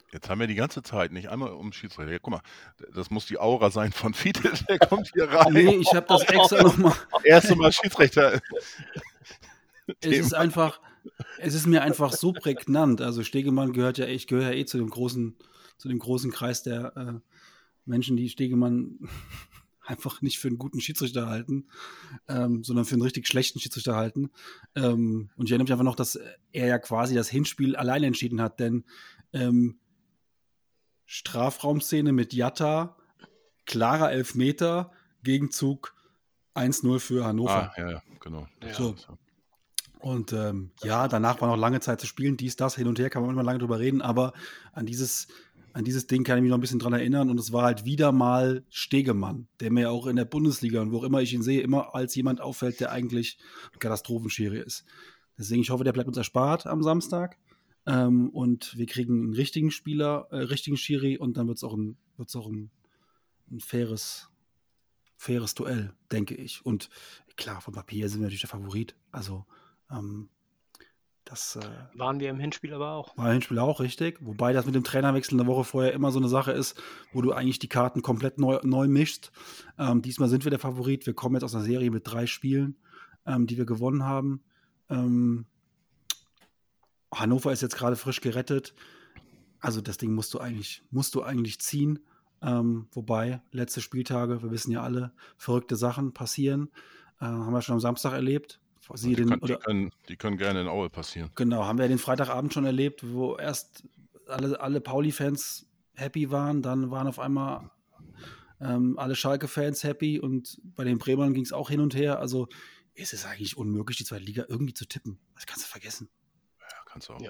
Jetzt haben wir die ganze Zeit nicht einmal um Schiedsrichter. Ja, guck mal, das muss die Aura sein von Fiete, der kommt hier rein. Nee, ich habe das extra nochmal. Erste Mal Schiedsrichter. Es ist einfach, es ist mir einfach so prägnant. Also Stegemann gehört ja, ich gehöre ja eh zu dem großen, zu dem großen Kreis der äh, Menschen, die Stegemann einfach nicht für einen guten Schiedsrichter halten, ähm, sondern für einen richtig schlechten Schiedsrichter halten. Ähm, und ich erinnere mich einfach noch, dass er ja quasi das Hinspiel alleine entschieden hat, denn ähm, Strafraumszene mit Jatta, klarer Elfmeter, Gegenzug eins null für Hannover. Ah, ja, ja, genau. Ja. So. Und ähm, ja, danach war noch lange Zeit zu spielen, dies, das, hin und her, kann man immer lange drüber reden, aber an dieses, an dieses Ding kann ich mich noch ein bisschen dran erinnern und es war halt wieder mal Stegemann, der mir auch in der Bundesliga und wo auch immer ich ihn sehe, immer als jemand auffällt, der eigentlich ein Katastrophenschiri ist. Deswegen, ich hoffe, der bleibt uns erspart am Samstag ähm, und wir kriegen einen richtigen Spieler, äh, richtigen Schiri und dann wird es auch, ein, wird's auch ein, ein faires, faires Duell, denke ich. Und klar, vom Papier sind wir natürlich der Favorit, also Ähm, das äh, Waren wir im Hinspiel aber auch. war im Hinspiel auch richtig. Wobei das mit dem Trainerwechsel eine Woche vorher immer so eine Sache ist, wo du eigentlich die Karten komplett neu, neu mischst. Ähm, diesmal sind wir der Favorit. Wir kommen jetzt aus einer Serie mit drei Spielen, ähm, die wir gewonnen haben. Ähm, Hannover ist jetzt gerade frisch gerettet. Also das Ding musst du eigentlich, musst du eigentlich ziehen. Ähm, wobei, letzte Spieltage, wir wissen ja alle, verrückte Sachen passieren. Äh, haben wir schon am Samstag erlebt. Sie Die den, können, die, oder, können, die können gerne in Aue passieren. Genau, haben wir den Freitagabend schon erlebt, wo erst alle, alle Pauli-Fans happy waren, dann waren auf einmal ähm, alle Schalke-Fans happy und bei den Bremern ging es auch hin und her. Also es ist eigentlich unmöglich, die zweite Liga irgendwie zu tippen. Das kannst du vergessen. Ja, kannst du auch. Ja.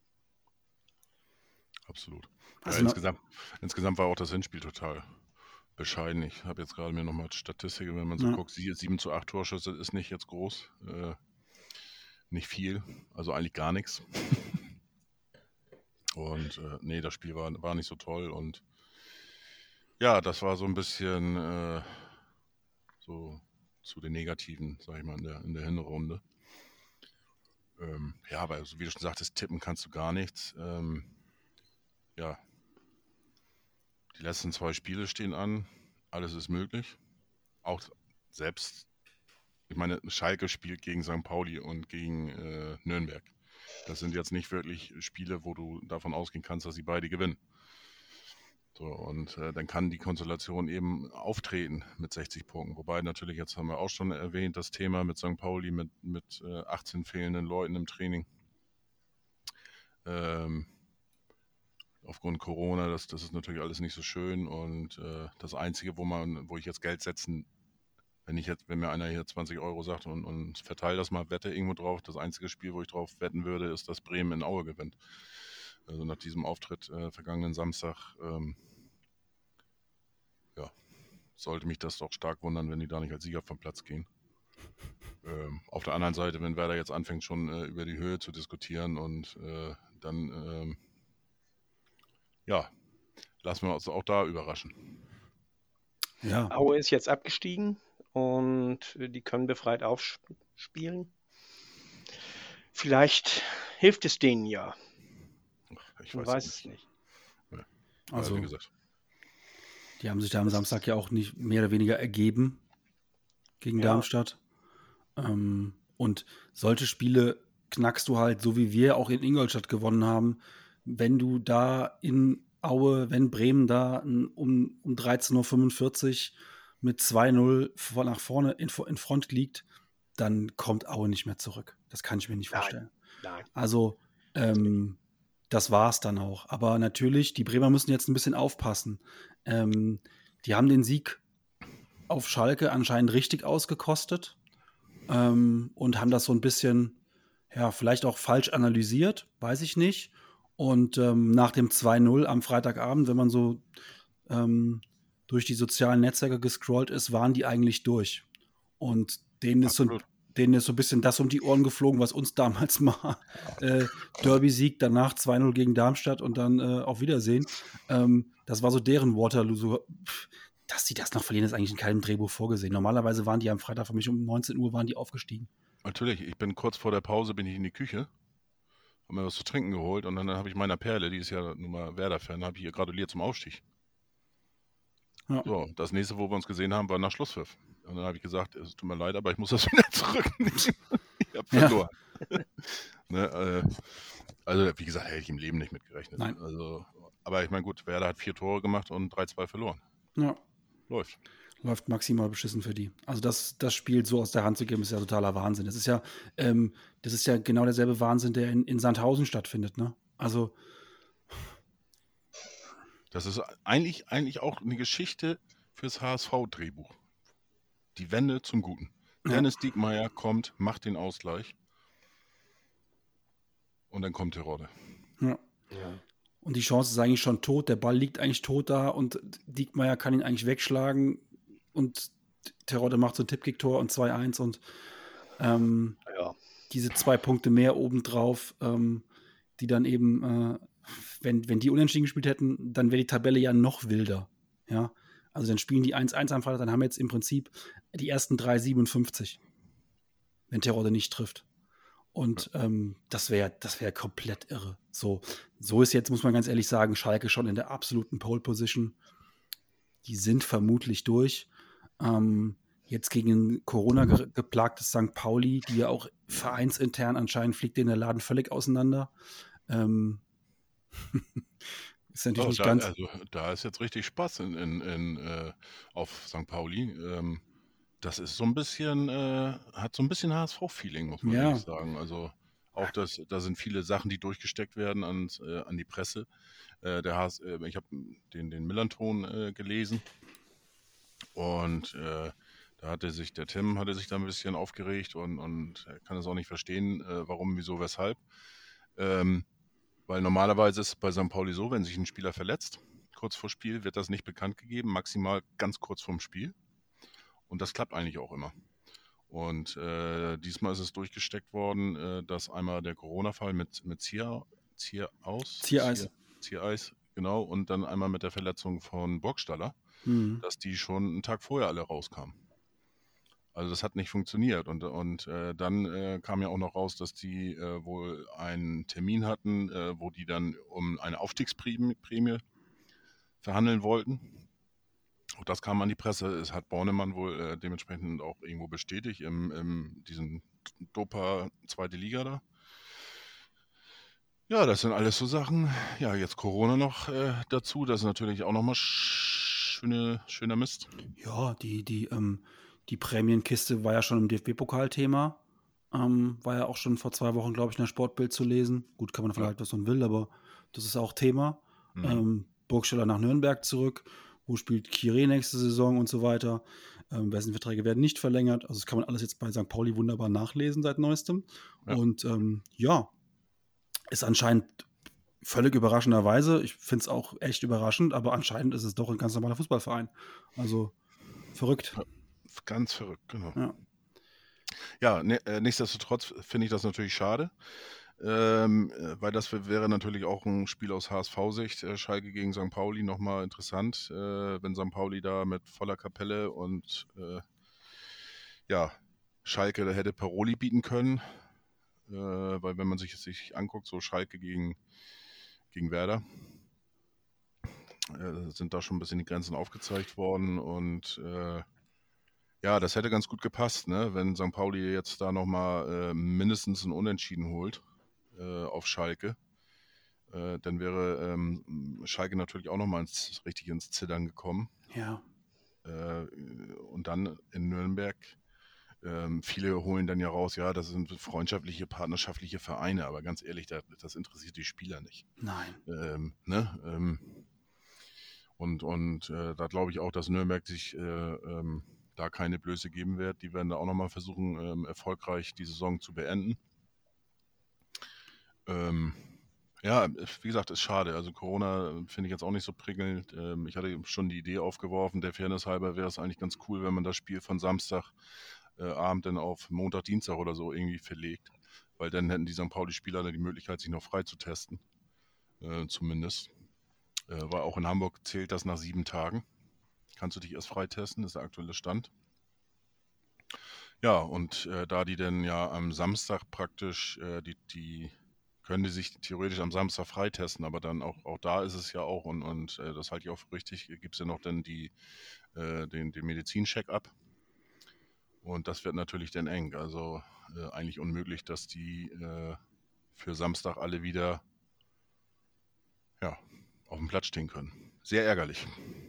Absolut. Also ja, na- insgesamt, insgesamt war auch das Hinspiel total bescheiden. Ich habe jetzt gerade mir nochmal Statistiken, wenn man so Ja. guckt, sie- sieben zu acht Torschüsse ist nicht jetzt groß. Äh, nicht viel, also eigentlich gar nichts. Und äh, nee, das Spiel war, war nicht so toll und ja, das war so ein bisschen äh, so zu den Negativen, sag ich mal, in der, in der Hinrunde. Ähm, ja, aber so wie du schon sagtest, tippen kannst du gar nichts. Ähm, ja, die letzten zwei Spiele stehen an, alles ist möglich. Auch selbst, ich meine, Schalke spielt gegen Sankt Pauli und gegen äh, Nürnberg. Das sind jetzt nicht wirklich Spiele, wo du davon ausgehen kannst, dass sie beide gewinnen. So, und äh, dann kann die Konstellation eben auftreten mit sechzig Punkten. Wobei natürlich, jetzt haben wir auch schon erwähnt, das Thema mit Sankt Pauli, mit, mit äh, achtzehn fehlenden Leuten im Training. Ähm, aufgrund Corona, das, das ist natürlich alles nicht so schön. Und äh, das Einzige, wo man, wo ich jetzt Geld setzen, wenn ich jetzt, wenn mir einer hier zwanzig Euro sagt und, und verteile das mal, wette irgendwo drauf, das einzige Spiel, wo ich drauf wetten würde, ist, dass Bremen in Aue gewinnt. Also nach diesem Auftritt äh, vergangenen Samstag, ähm, ja, sollte mich das doch stark wundern, wenn die da nicht als Sieger vom Platz gehen. Ähm, auf der anderen Seite, wenn Werder jetzt anfängt, schon äh, über die Höhe zu diskutieren und äh, dann, ähm, ja, lassen wir uns auch da überraschen. Ja, Aue ist jetzt abgestiegen und die können befreit aufspielen. Vielleicht hilft es denen ja. Ich Man weiß, weiß es es nicht. nicht. also Weil, wie gesagt, die haben sich da am Samstag ja auch nicht mehr oder weniger ergeben gegen Ja. Darmstadt. Ähm, und solche Spiele knackst du halt, so wie wir auch in Ingolstadt gewonnen haben, wenn du da in Aue, wenn Bremen da n- um, um dreizehn Uhr fünfundvierzig mit zwei null vor- nach vorne in, in Front liegt, dann kommt Aue nicht mehr zurück. Das kann ich mir nicht Nein. vorstellen. Nein. Also, ähm, das war es dann auch. Aber natürlich, die Bremer müssen jetzt ein bisschen aufpassen. Ähm, die haben den Sieg auf Schalke anscheinend richtig ausgekostet ähm, und haben das so ein bisschen, ja, vielleicht auch falsch analysiert, weiß ich nicht. Und ähm, nach dem zwei null am Freitagabend, wenn man so ähm, durch die sozialen Netzwerke gescrollt ist, waren die eigentlich durch. Und denen ist so, Absolut. denen ist so ein bisschen das um die Ohren geflogen, was uns damals mal äh, Derby-Sieg, danach zwei null gegen Darmstadt und dann äh, auf Wiedersehen. Ähm, das war so deren Waterloo. So, pff, dass die das noch verlieren, ist eigentlich in keinem Drehbuch vorgesehen. Normalerweise waren die am Freitag für mich um neunzehn Uhr waren die aufgestiegen. Natürlich, ich bin kurz vor der Pause, bin ich in die Küche habe mir was zu trinken geholt und dann habe ich meiner Perle, die ist ja nun mal Werder-Fan, habe ich ihr gratuliert zum Aufstieg. Ja. So, das nächste, wo wir uns gesehen haben, war nach Schlusspfiff. Und dann habe ich gesagt, es tut mir leid, aber ich muss das wieder zurücknehmen. Ich habe Ja. verloren. Ne, äh, also, wie gesagt, hätte ich im Leben nicht mit gerechnet. Nein. Also, aber ich meine, gut, Werder hat vier Tore gemacht und drei zwei verloren. Ja. Läuft. Läuft maximal beschissen für die. Also das, das Spiel so aus der Hand zu geben, ist ja totaler Wahnsinn. Das ist ja, ähm, das ist ja genau derselbe Wahnsinn, der in, in Sandhausen stattfindet, ne? Also, Das ist eigentlich, eigentlich auch eine Geschichte fürs H S V-Drehbuch. Die Wende zum Guten. Ja. Dennis Diekmeyer kommt, macht den Ausgleich. Und dann kommt Terodde. ja. Ja. Und die Chance ist eigentlich schon tot. Der Ball liegt eigentlich tot da und Diekmeyer kann ihn eigentlich wegschlagen und Terodde macht so ein Tippkick-Tor und zwei eins und ähm, Ja. diese zwei Punkte mehr obendrauf, ähm, die dann eben, äh, wenn, wenn die unentschieden gespielt hätten, dann wäre die Tabelle ja noch wilder. Ja? Also dann spielen die eins eins am Freitag, dann haben wir jetzt im Prinzip die ersten drei siebenundfünfzig, wenn Terodde nicht trifft. Und ähm, das wäre das wär komplett irre. So, so ist jetzt, muss man ganz ehrlich sagen, Schalke schon in der absoluten Pole-Position. Die sind vermutlich durch. Ähm, jetzt gegen ein Corona-geplagtes Sankt Pauli, die ja auch vereinsintern anscheinend fliegt denen der Laden völlig auseinander. Ähm, ist natürlich Oh, nicht da, ganz. also, da ist jetzt richtig Spaß in, in, in, äh, auf Sankt Pauli. Ähm, das ist so ein bisschen, äh, hat so ein bisschen H S V-Feeling, muss man Ja. ehrlich sagen. Also auch das, da sind viele Sachen, die durchgesteckt werden ans, äh, an die Presse. Äh, der H S, äh, ich habe den, den Millanton äh, gelesen und äh, da hatte sich, der Tim hatte sich da ein bisschen aufgeregt und, und er kann es auch nicht verstehen, äh, warum, wieso, weshalb. Ähm, Weil normalerweise ist es bei Sankt Pauli so, wenn sich ein Spieler verletzt, kurz vor Spiel, wird das nicht bekannt gegeben, maximal ganz kurz vorm Spiel. Und das klappt eigentlich auch immer. Und äh, diesmal ist es durchgesteckt worden, äh, dass einmal der Corona-Fall mit, mit Zier, Zieraus, Ziereis. Zier, Ziereis, genau, und dann einmal mit der Verletzung von Burgstaller, Mhm. dass die schon einen Tag vorher alle rauskamen. Also das hat nicht funktioniert. Und, und äh, dann äh, kam ja auch noch raus, dass die äh, wohl einen Termin hatten, äh, wo die dann um eine Aufstiegsprämie Prämie verhandeln wollten. Und das kam an die Presse. Es hat Bornemann wohl äh, dementsprechend auch irgendwo bestätigt, im, im diesen Dopa zweite Liga da. Ja, das sind alles so Sachen. Ja, jetzt Corona noch äh, dazu. Das ist natürlich auch nochmal schöne, schöner Mist. Ja, die, die, ähm, die Prämienkiste war ja schon im D F B-Pokal-Thema. Ähm, war ja auch schon vor zwei Wochen, glaube ich, in der Sportbild zu lesen. Gut, kann man davon Ja. halten, was man will, aber das ist auch Thema. Mhm. Ähm, Burgstaller nach Nürnberg zurück. Wo spielt Kire nächste Saison und so weiter. Ähm, wessen Verträge werden nicht verlängert. Also das kann man alles jetzt bei Sankt Pauli wunderbar nachlesen seit neuestem. Ja. Und ähm, ja, ist anscheinend völlig überraschenderweise. Ich finde es auch echt überraschend, aber anscheinend ist es doch ein ganz normaler Fußballverein. Also verrückt. Ja. Ganz verrückt, genau. Ja. Ja, ne, äh, nichtsdestotrotz finde ich das natürlich schade, ähm, äh, weil das wär- wäre natürlich auch ein Spiel aus H S V-Sicht, äh, Schalke gegen Sankt Pauli, nochmal interessant, äh, wenn Sankt Pauli da mit voller Kapelle und äh, ja, Schalke hätte Paroli bieten können, äh, weil wenn man sich sich anguckt, so Schalke gegen, gegen Werder, äh, sind da schon ein bisschen die Grenzen aufgezeigt worden und äh, ja, das hätte ganz gut gepasst, ne? Wenn Sankt Pauli jetzt da nochmal äh, mindestens ein Unentschieden holt äh, auf Schalke, äh, dann wäre ähm, Schalke natürlich auch nochmal ins, richtig ins Zittern gekommen. Ja. Äh, und dann in Nürnberg, ähm, viele holen dann ja raus, ja, das sind freundschaftliche, partnerschaftliche Vereine, aber ganz ehrlich, das, das interessiert die Spieler nicht. Nein. Ähm, ne? ähm, und und äh, da glaube ich auch, dass Nürnberg sich äh, ähm, da keine Blöße geben wird. Die werden da auch nochmal versuchen, ähm, erfolgreich die Saison zu beenden. Ähm, ja, wie gesagt, ist schade. Also Corona finde ich jetzt auch nicht so prickelnd. Ähm, ich hatte schon die Idee aufgeworfen, der Fairness halber wäre es eigentlich ganz cool, wenn man das Spiel von Samstag äh, Abend dann auf Montag, Dienstag oder so irgendwie verlegt. Weil dann hätten die Sankt Pauli-Spieler dann die Möglichkeit, sich noch frei zu testen. Äh, zumindest. Äh, weil auch in Hamburg zählt das nach sieben Tagen. Kannst du dich erst freitesten, ist der aktuelle Stand. Ja, und äh, da die dann ja am Samstag praktisch äh, die, die können die sich theoretisch am Samstag freitesten, aber dann auch, auch da ist es ja auch, und, und äh, das halte ich auch für richtig, gibt es ja noch dann die, äh, den, den Medizin-Check-up. Und das wird natürlich dann eng. Also äh, eigentlich unmöglich, dass die äh, für Samstag alle wieder ja, auf dem Platz stehen können. Sehr ärgerlich.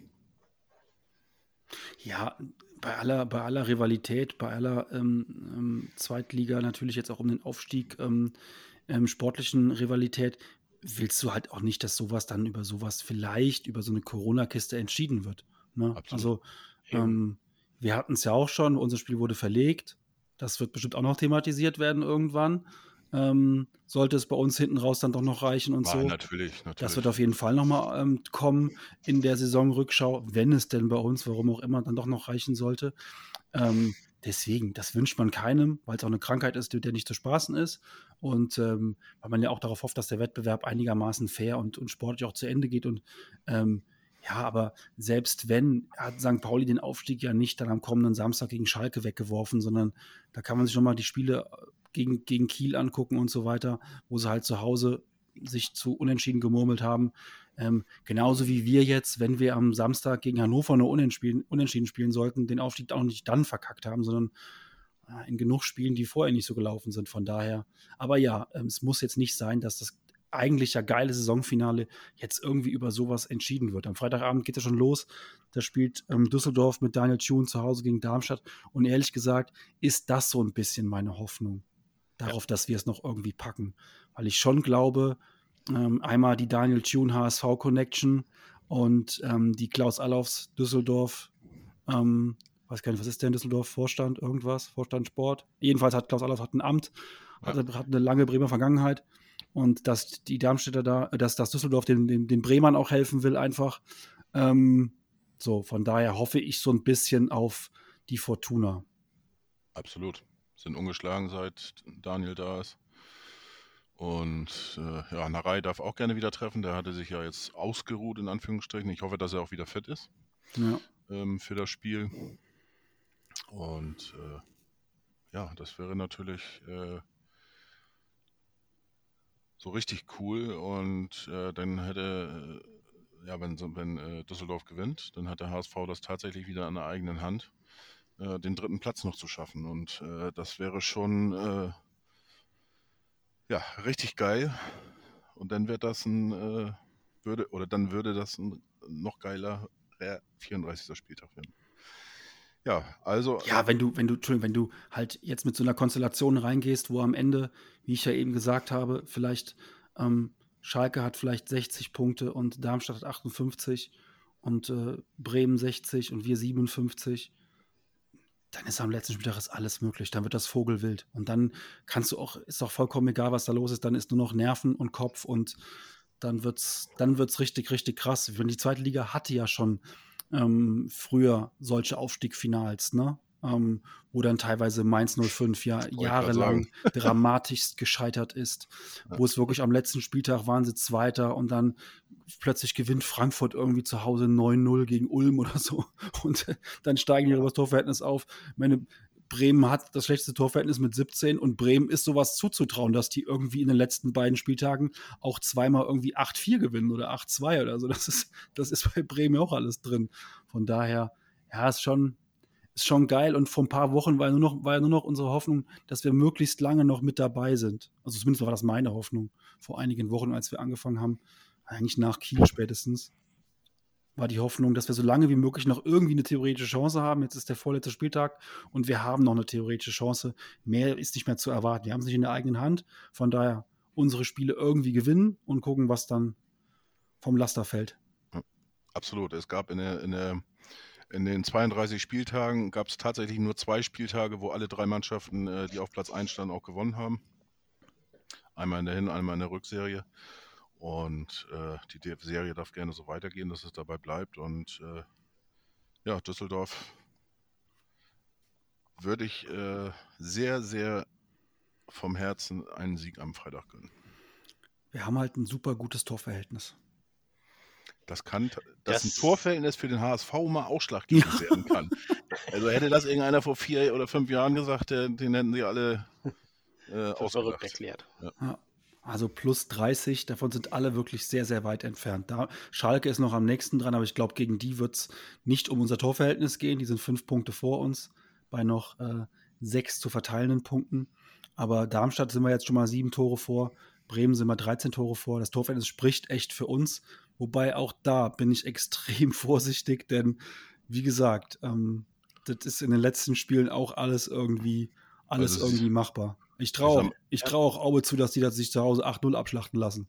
Ja, bei aller, bei aller Rivalität, bei aller ähm, ähm, Zweitliga, natürlich jetzt auch um den Aufstieg, ähm, ähm, sportlichen Rivalität, willst du halt auch nicht, dass sowas dann über sowas vielleicht, über so eine Corona-Kiste entschieden wird. Ne? Absolut. Also Eben. ähm, wir hatten es ja auch schon, unser Spiel wurde verlegt. Das wird bestimmt auch noch thematisiert werden irgendwann. Ähm, sollte es bei uns hinten raus dann doch noch reichen und War so. natürlich, natürlich. Das wird auf jeden Fall nochmal ähm, kommen in der Saisonrückschau, wenn es denn bei uns, warum auch immer, dann doch noch reichen sollte. Ähm, deswegen, das wünscht man keinem, weil es auch eine Krankheit ist, die- der nicht zu spaßen ist. Und ähm, weil man ja auch darauf hofft, dass der Wettbewerb einigermaßen fair und, und sportlich auch zu Ende geht. Und ähm, ja, aber selbst wenn, hat Sankt Pauli den Aufstieg ja nicht dann am kommenden Samstag gegen Schalke weggeworfen, sondern da kann man sich nochmal die Spiele gegen, gegen Kiel angucken und so weiter, wo sie halt zu Hause sich zu unentschieden gemurmelt haben. Ähm, genauso wie wir jetzt, wenn wir am Samstag gegen Hannover nur unentschieden, unentschieden spielen sollten, den Aufstieg auch nicht dann verkackt haben, sondern äh, in genug Spielen, die vorher nicht so gelaufen sind. Von daher, aber ja, ähm, es muss jetzt nicht sein, dass das eigentlich ja geile Saisonfinale jetzt irgendwie über sowas entschieden wird. Am Freitagabend geht es schon los. Da spielt ähm, Düsseldorf mit Daniel Thune zu Hause gegen Darmstadt. Und ehrlich gesagt ist das so ein bisschen meine Hoffnung darauf, dass wir es noch irgendwie packen. Weil ich schon glaube, ähm, einmal die Daniel Thune H S V-Connection und ähm, die Klaus Allofs Düsseldorf, ähm, weiß gar nicht, was ist der in Düsseldorf? Vorstand, irgendwas? Vorstand Sport? Jedenfalls hat Klaus Allofs hat ein Amt, hat, hat eine lange Bremer Vergangenheit. Und dass die Darmstädter da, dass, dass Düsseldorf den, den, den Bremern auch helfen will, einfach. Ähm, so, von daher hoffe ich so ein bisschen auf die Fortuna. Absolut. Sind ungeschlagen, seit Daniel da ist. Und äh, ja, Narei darf auch gerne wieder treffen. Der hatte sich ja jetzt ausgeruht, in Anführungsstrichen. Ich hoffe, dass er auch wieder fit ist Ja. ähm, für das Spiel. Und äh, ja, das wäre natürlich äh, so richtig cool. Und äh, dann hätte, äh, ja, wenn, so- wenn äh, Düsseldorf gewinnt, dann hat der H S V das tatsächlich wieder an der eigenen Hand, äh, den dritten Platz noch zu schaffen. Und äh, das wäre schon äh, ja, richtig geil. Und dann wird das ein, äh, würde, oder dann würde das ein noch geiler vierunddreißigster Spieltag werden. Ja, also. Ja, wenn du, wenn du, Entschuldigung, wenn du halt jetzt mit so einer Konstellation reingehst, wo am Ende, wie ich ja eben gesagt habe, vielleicht ähm, Schalke hat vielleicht sechzig Punkte und Darmstadt hat achtundfünfzig und äh, Bremen sechzig und wir siebenundfünfzig, dann ist am letzten Spieltag ist alles möglich. Dann wird das Vogelwild. Und dann kannst du auch, ist auch vollkommen egal, was da los ist, dann ist nur noch Nerven und Kopf und dann wird's, dann wird's richtig, richtig krass. Die zweite Liga hatte ja schon ähm, früher solche Aufstiegfinals, ne? Ähm, wo dann teilweise Mainz null fünf ja Wollte ich grad jahrelang dramatischst gescheitert ist, wo es wirklich am letzten Spieltag waren sie Zweiter und dann plötzlich gewinnt Frankfurt irgendwie zu Hause neun null gegen Ulm oder so und äh, dann steigen die über das Torverhältnis auf. Ich meine, Bremen hat das schlechteste Torverhältnis mit siebzehn und Bremen ist sowas zuzutrauen, dass die irgendwie in den letzten beiden Spieltagen auch zweimal irgendwie acht vier gewinnen oder acht zwei oder so. Das ist, das ist bei Bremen auch alles drin. Von daher, ja, ist schon, ist schon geil. Und vor ein paar Wochen war ja, nur noch, war ja nur noch unsere Hoffnung, dass wir möglichst lange noch mit dabei sind. Also zumindest war das meine Hoffnung vor einigen Wochen, als wir angefangen haben, eigentlich nach Kiel spätestens, war die Hoffnung, dass wir so lange wie möglich noch irgendwie eine theoretische Chance haben. Jetzt ist der vorletzte Spieltag und wir haben noch eine theoretische Chance. Mehr ist nicht mehr zu erwarten. Wir haben es nicht in der eigenen Hand. Von daher unsere Spiele irgendwie gewinnen und gucken, was dann vom Laster fällt. Absolut. Es gab in, der, in, der, in den zweiunddreißig Spieltagen gab es tatsächlich nur zwei Spieltage, wo alle drei Mannschaften, äh, die auf Platz eins standen, auch gewonnen haben. Einmal in der Hin-, einmal in der Rückserie. Und äh, die Serie darf gerne so weitergehen, dass es dabei bleibt. Und äh, ja, Düsseldorf würde ich äh, sehr, sehr vom Herzen einen Sieg am Freitag gönnen. Wir haben halt ein super gutes Torverhältnis. Das kann, dass Das- ein Torverhältnis für den H S V mal ausschlaggebend werden kann. Also hätte das irgendeiner vor vier oder fünf Jahren gesagt, der, den hätten sie alle äh, Für verrückt ausgelacht. erklärt. Ja. Also plus dreißig, davon sind alle wirklich sehr, sehr weit entfernt. Da, Schalke ist noch am nächsten dran, aber ich glaube, gegen die wird es nicht um unser Torverhältnis gehen. Die sind fünf Punkte vor uns bei noch äh, sechs zu verteilenden Punkten. Aber Darmstadt sind wir jetzt schon mal sieben Tore vor, Bremen sind wir dreizehn Tore vor. Das Torverhältnis spricht echt für uns. Wobei auch da bin ich extrem vorsichtig, denn wie gesagt, ähm, das ist in den letzten Spielen auch alles irgendwie, alles Also es ist- irgendwie machbar. Ich Ich traue sag- ich trau auch Aube zu, dass die das sich zu Hause acht null abschlachten lassen.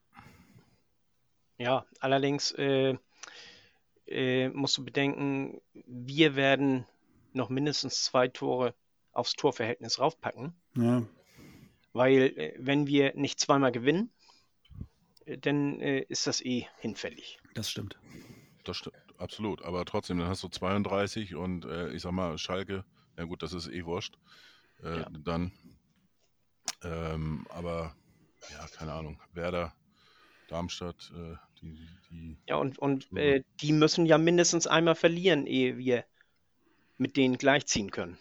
Ja, allerdings äh, äh, musst du bedenken, wir werden noch mindestens zwei Tore aufs Torverhältnis raufpacken, Ja, weil äh, wenn wir nicht zweimal gewinnen, äh, dann äh, ist das eh hinfällig. das stimmt. Das stimmt, absolut. Aber trotzdem, dann hast du zweiunddreißig und äh, ich sag mal, Schalke, ja gut, das ist eh wurscht. Äh, Ja. Dann, ähm, aber ja, keine Ahnung, Werder, Darmstadt, äh, die, die, Ja, und, und Mhm. äh, die müssen ja mindestens einmal verlieren, ehe wir mit denen gleichziehen können.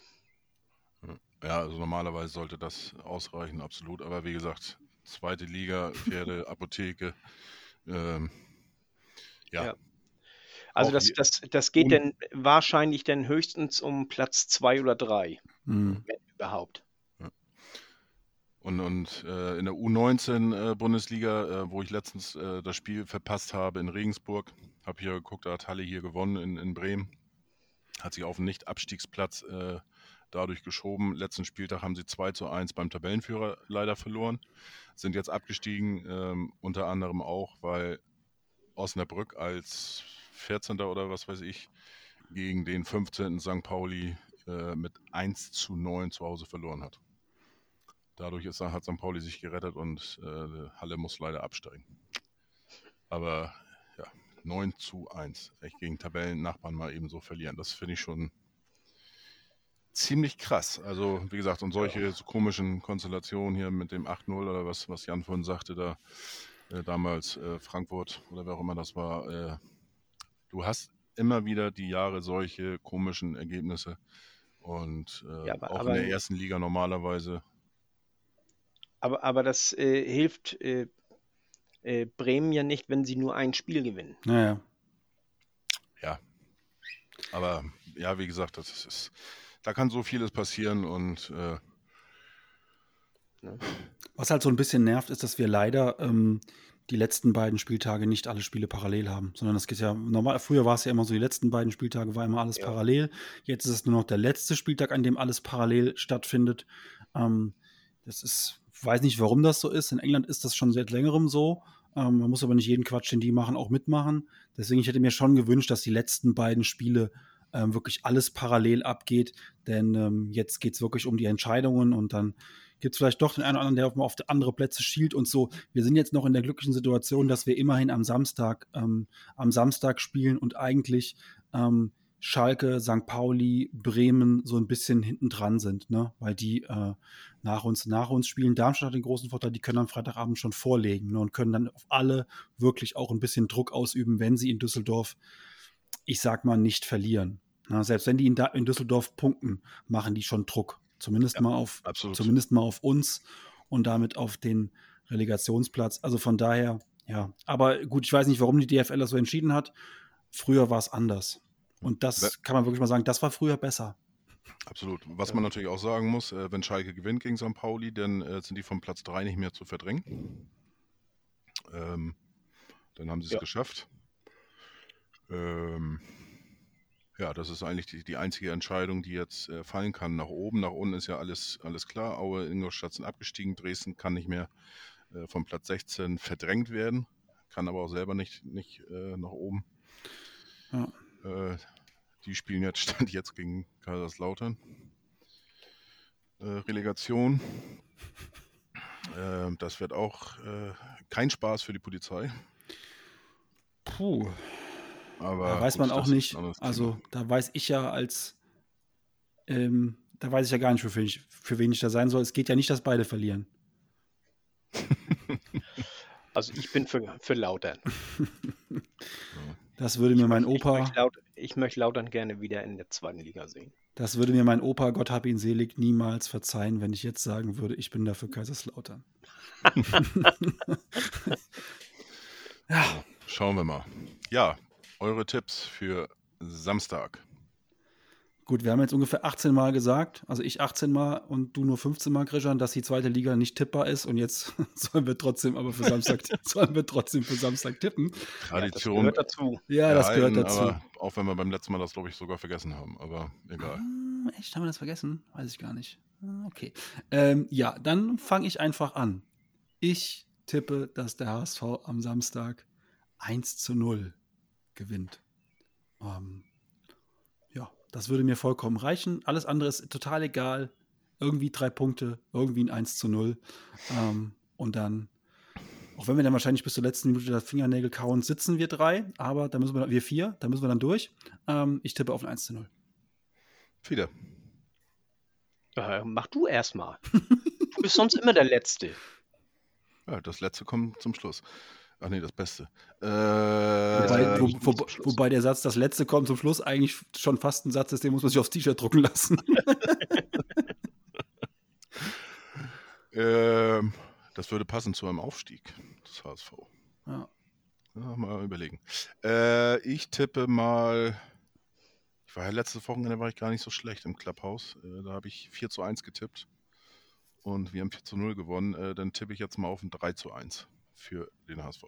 ja, also normalerweise sollte das ausreichen, absolut. Aber wie gesagt, zweite Liga, Pferde, Apotheke, ähm, ja. Ja. Also Auch das, je- das, das geht und- dann wahrscheinlich dann höchstens um Platz zwei oder drei, Mhm. wenn überhaupt. Und, und äh, in der U neunzehn äh, Bundesliga, äh, wo ich letztens äh, das Spiel verpasst habe in Regensburg, habe hier geguckt, da hat Halle hier gewonnen in, in Bremen, hat sich auf den Nicht-Abstiegsplatz äh, dadurch geschoben. Letzten Spieltag haben sie zwei zu eins beim Tabellenführer leider verloren, sind jetzt abgestiegen, ähm, unter anderem auch, weil Osnabrück als vierzehnter oder was weiß ich gegen den fünfzehnten Sankt Pauli äh, mit eins zu neun zu Hause verloren hat. Dadurch ist, hat Sankt Pauli sich gerettet und äh, Halle muss leider absteigen. Aber ja, neun zu eins. Echt gegen Tabellennachbarn mal eben so verlieren. Das finde ich schon ziemlich krass. Also, wie gesagt, und solche so komischen Konstellationen hier mit dem acht null oder was, was Jan vorhin sagte, da äh, damals äh, Frankfurt oder wer auch immer das war. Äh, du hast immer wieder die Jahre solche komischen Ergebnisse. Und äh, Ja, aber- auch aber- in der ersten Liga normalerweise. Aber, aber das äh, hilft äh, äh, Bremen ja nicht, wenn sie nur ein Spiel gewinnen. Naja. Aber ja, wie gesagt, das ist, ist, da kann so vieles passieren und äh, Was halt so ein bisschen nervt, ist, dass wir leider ähm, die letzten beiden Spieltage nicht alle Spiele parallel haben, sondern es geht ja normal. Früher war es ja immer so, die letzten beiden Spieltage war immer alles Ja. parallel. Jetzt ist es nur noch der letzte Spieltag, an dem alles parallel stattfindet. Ähm, das ist, weiß nicht, warum das so ist. In England ist das schon seit längerem so. Ähm, man muss aber nicht jeden Quatsch, den die machen, auch mitmachen. Deswegen, ich hätte mir schon gewünscht, dass die letzten beiden Spiele ähm, wirklich alles parallel abgeht, denn ähm, jetzt geht es wirklich um die Entscheidungen und dann gibt es vielleicht doch den einen oder anderen, der auf, auf andere Plätze schielt und so. Wir sind jetzt noch in der glücklichen Situation, dass wir immerhin am Samstag, ähm, am Samstag spielen und eigentlich ähm, Schalke, Sankt Pauli, Bremen so ein bisschen hinten dran sind, ne? Weil die äh, nach uns, nach uns spielen. Darmstadt hat den großen Vorteil, die können am Freitagabend schon vorlegen, ne? Und können dann auf alle wirklich auch ein bisschen Druck ausüben, wenn sie in Düsseldorf, ich sag mal, nicht verlieren. Na, selbst wenn die in, da, in Düsseldorf punkten, machen die schon Druck. Zumindest Ja, mal auf, absolut. zumindest mal auf uns und damit auf den Relegationsplatz. Also von daher, ja. Aber gut, ich weiß nicht, warum die D F L das so entschieden hat. Früher war es anders. Und das Wer- kann man wirklich mal sagen, das war früher besser. absolut. Was Ja. man natürlich auch sagen muss, äh, wenn Schalke gewinnt gegen Sankt Pauli, dann äh, sind die vom Platz drei nicht mehr zu verdrängen. Ähm, dann haben sie es Ja. geschafft. Ähm, ja, das ist eigentlich die, die einzige Entscheidung, die jetzt äh, fallen kann. Nach oben, nach unten ist ja alles, alles klar. Aue, Ingolstadt sind abgestiegen. Dresden kann nicht mehr äh, vom Platz sechzehn verdrängt werden, kann aber auch selber nicht, nicht äh, nach oben. Ja. Äh, die spielen jetzt, stand jetzt gegen Kaiserslautern. Äh, Relegation. Äh, das wird auch äh, kein Spaß für die Polizei. Puh. Aber Da weiß gut, man das auch ist nicht. ein anderes Also Thema. da weiß ich ja als, ähm, da weiß ich ja gar nicht, für wen, ich, für wen ich da sein soll. Es geht ja nicht, dass beide verlieren. Also ich bin für, für Lautern. Das würde mir mein Ich Opa, möchte, Laut, ich möchte Lautern gerne wieder in der zweiten Liga sehen. das würde mir mein Opa, Gott hab ihn selig, niemals verzeihen, wenn ich jetzt sagen würde, ich bin dafür Kaiserslautern. Ja, Schauen wir mal. Ja, eure Tipps für Samstag. gut, wir haben jetzt ungefähr achtzehn Mal gesagt, also ich achtzehn Mal und du nur fünfzehn Mal, Christian, dass die zweite Liga nicht tippbar ist und jetzt sollen wir trotzdem aber für Samstag, sollen wir trotzdem für Samstag tippen. Tradition Ja, das gehört dazu. Ja, das gehört erhalten, dazu. aber auch wenn wir beim letzten Mal das, glaube ich, sogar vergessen haben. Aber egal. Ah, echt, haben wir das vergessen? Weiß ich gar nicht. Ah, okay. Ähm, ja, dann fange ich einfach an. Ich tippe, dass der H S V am Samstag eins zu null gewinnt. Ähm, ja, das würde mir vollkommen reichen. Alles andere ist total egal. Irgendwie drei Punkte, irgendwie ein eins zu null. Ähm, und dann, auch wenn wir dann wahrscheinlich bis zur letzten Minute der Fingernägel kauen, sitzen wir drei, aber da müssen wir, wir vier, da müssen wir dann durch. Ähm, ich tippe auf ein eins zu null. Wieder. Äh, mach du erstmal. Du bist sonst immer der Letzte. Ja, das letzte kommt zum Schluss. Ach nee, das Beste. Äh, Wobei, äh, wo, nicht wo, zum Schluss. wobei der Satz, das letzte kommt zum Schluss, eigentlich schon fast ein Satz ist, den muss man sich aufs T-Shirt drucken lassen. ähm, das würde passen zu einem Aufstieg des H S V. Ja. Ja, mal überlegen. Äh, ich tippe mal. Ich war ja letztes Wochenende war ich gar nicht so schlecht im Clubhouse. Äh, da habe ich vier zu eins getippt. Und wir haben vier zu null gewonnen. Äh, dann tippe ich jetzt mal auf ein drei zu eins für den H S V.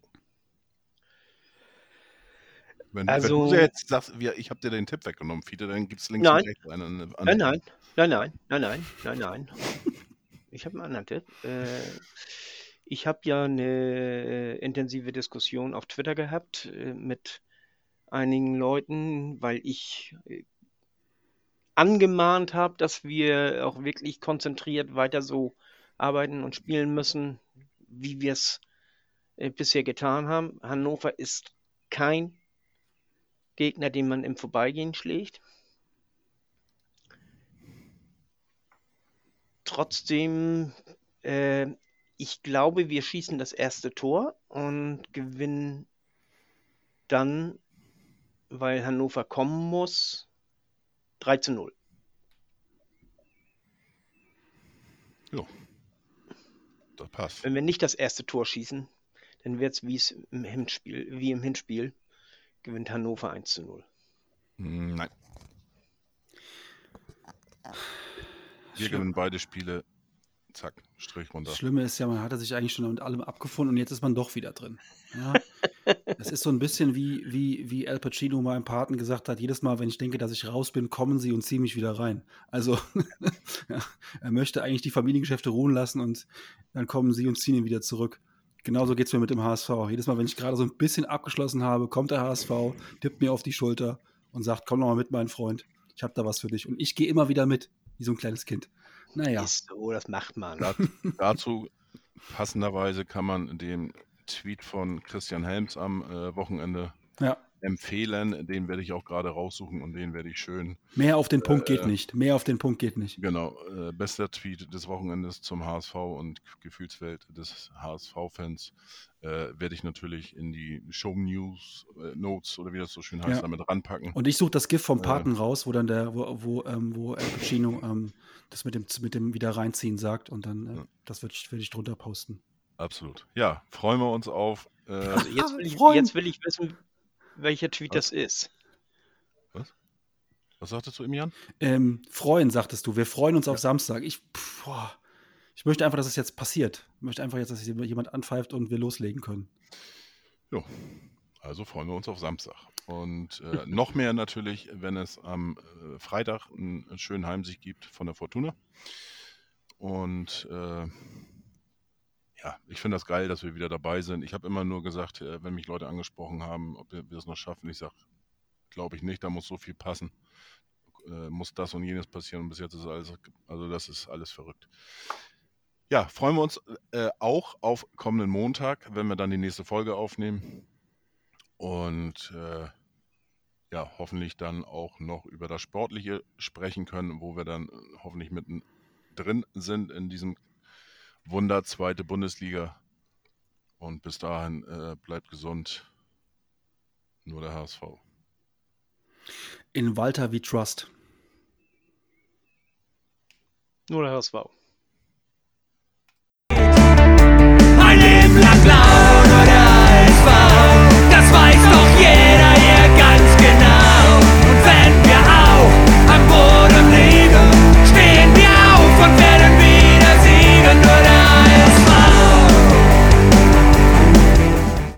Wenn, Also- wenn du jetzt sagst, wir, ich habe dir den Tipp weggenommen, Fiete, dann gibt es links Nein. und rechts einen. einen Nein, nein, nein, nein, nein, nein, nein, nein. Ich habe einen anderen Tipp. Äh, ich habe ja eine äh, intensive Diskussion auf Twitter gehabt äh, mit einigen Leuten, weil ich äh, angemahnt habe, dass wir auch wirklich konzentriert weiter so arbeiten und spielen müssen, wie wir es äh, bisher getan haben. Hannover ist kein Gegner, den man im Vorbeigehen schlägt. Trotzdem, äh, ich glaube, wir schießen das erste Tor und gewinnen dann, weil Hannover kommen muss, drei zu null. Das passt. Wenn wir nicht das erste Tor schießen, dann wird es wie es im Hinspiel, wie im Hinspiel, gewinnt Hannover eins zu null. Hm, Nein. Wir Schlimm. gewinnen beide Spiele. Zack, Strich runter. Das Schlimme ist ja, man hatte sich eigentlich schon mit allem abgefunden und jetzt ist man doch wieder drin. Ja? Es ist so ein bisschen wie, wie, wie Al Pacino meinem Paten gesagt hat, jedes Mal, wenn ich denke, dass ich raus bin, kommen sie und ziehen mich wieder rein. Also ja, er möchte eigentlich die Familiengeschäfte ruhen lassen und dann kommen sie und ziehen ihn wieder zurück. Genauso geht es mir mit dem H S V. Jedes Mal, wenn ich gerade so ein bisschen abgeschlossen habe, kommt der H S V, tippt mir auf die Schulter und sagt, komm doch mal mit, mein Freund, ich habe da was für dich. Und ich gehe immer wieder mit, wie so ein kleines Kind. Naja. Ist so, das macht man. Da, dazu passenderweise kann man den Tweet von Christian Helms am äh, Wochenende Ja. empfehlen. Den werde ich auch gerade raussuchen und den werde ich schön. Mehr auf den Punkt Äh, geht nicht. Mehr auf den Punkt geht nicht. Genau, äh, bester Tweet des Wochenendes zum H S V und Gefühlswelt des H S V-Fans äh, werde ich natürlich in die Show News äh, Notes oder wie das so schön heißt, Ja. damit ranpacken. Und ich suche das GIF vom Äh. Paten raus, wo dann der, wo, wo, ähm, wo Al Pacino ähm, das mit dem, mit dem wieder reinziehen sagt und dann, äh, Ja. das würde ich, würd ich drunter posten. Absolut. Ja, freuen wir uns auf. Äh, Also jetzt will, ich, Freund. jetzt will ich wissen, welcher Tweet Was? das ist. was sagtest du, Jan? Ähm, freuen, sagtest du. Wir freuen uns auf Samstag. Ich, pff, boah, ich möchte einfach, dass es jetzt passiert. Ich möchte einfach jetzt, dass jemand anpfeift und wir loslegen können. Jo. Also freuen wir uns auf Samstag. Und äh, noch mehr natürlich, wenn es am äh, Freitag einen, einen schönen Heimsieg gibt von der Fortuna. Und äh, ja, ich finde das geil, dass wir wieder dabei sind. Ich habe immer nur gesagt, äh, wenn mich Leute angesprochen haben, ob wir, wir es noch schaffen, ich sage, glaube ich nicht, da muss so viel passen. Äh, muss das und jenes passieren und bis jetzt ist alles, also das ist alles verrückt. Ja, freuen wir uns äh, auch auf kommenden Montag, wenn wir dann die nächste Folge aufnehmen. Und äh, ja, hoffentlich dann auch noch über das Sportliche sprechen können, wo wir dann hoffentlich mitten drin sind in diesem Wunder zweite Bundesliga. Und bis dahin äh, bleibt gesund. Nur der H S V. In Walter We Trust. Nur der H S V.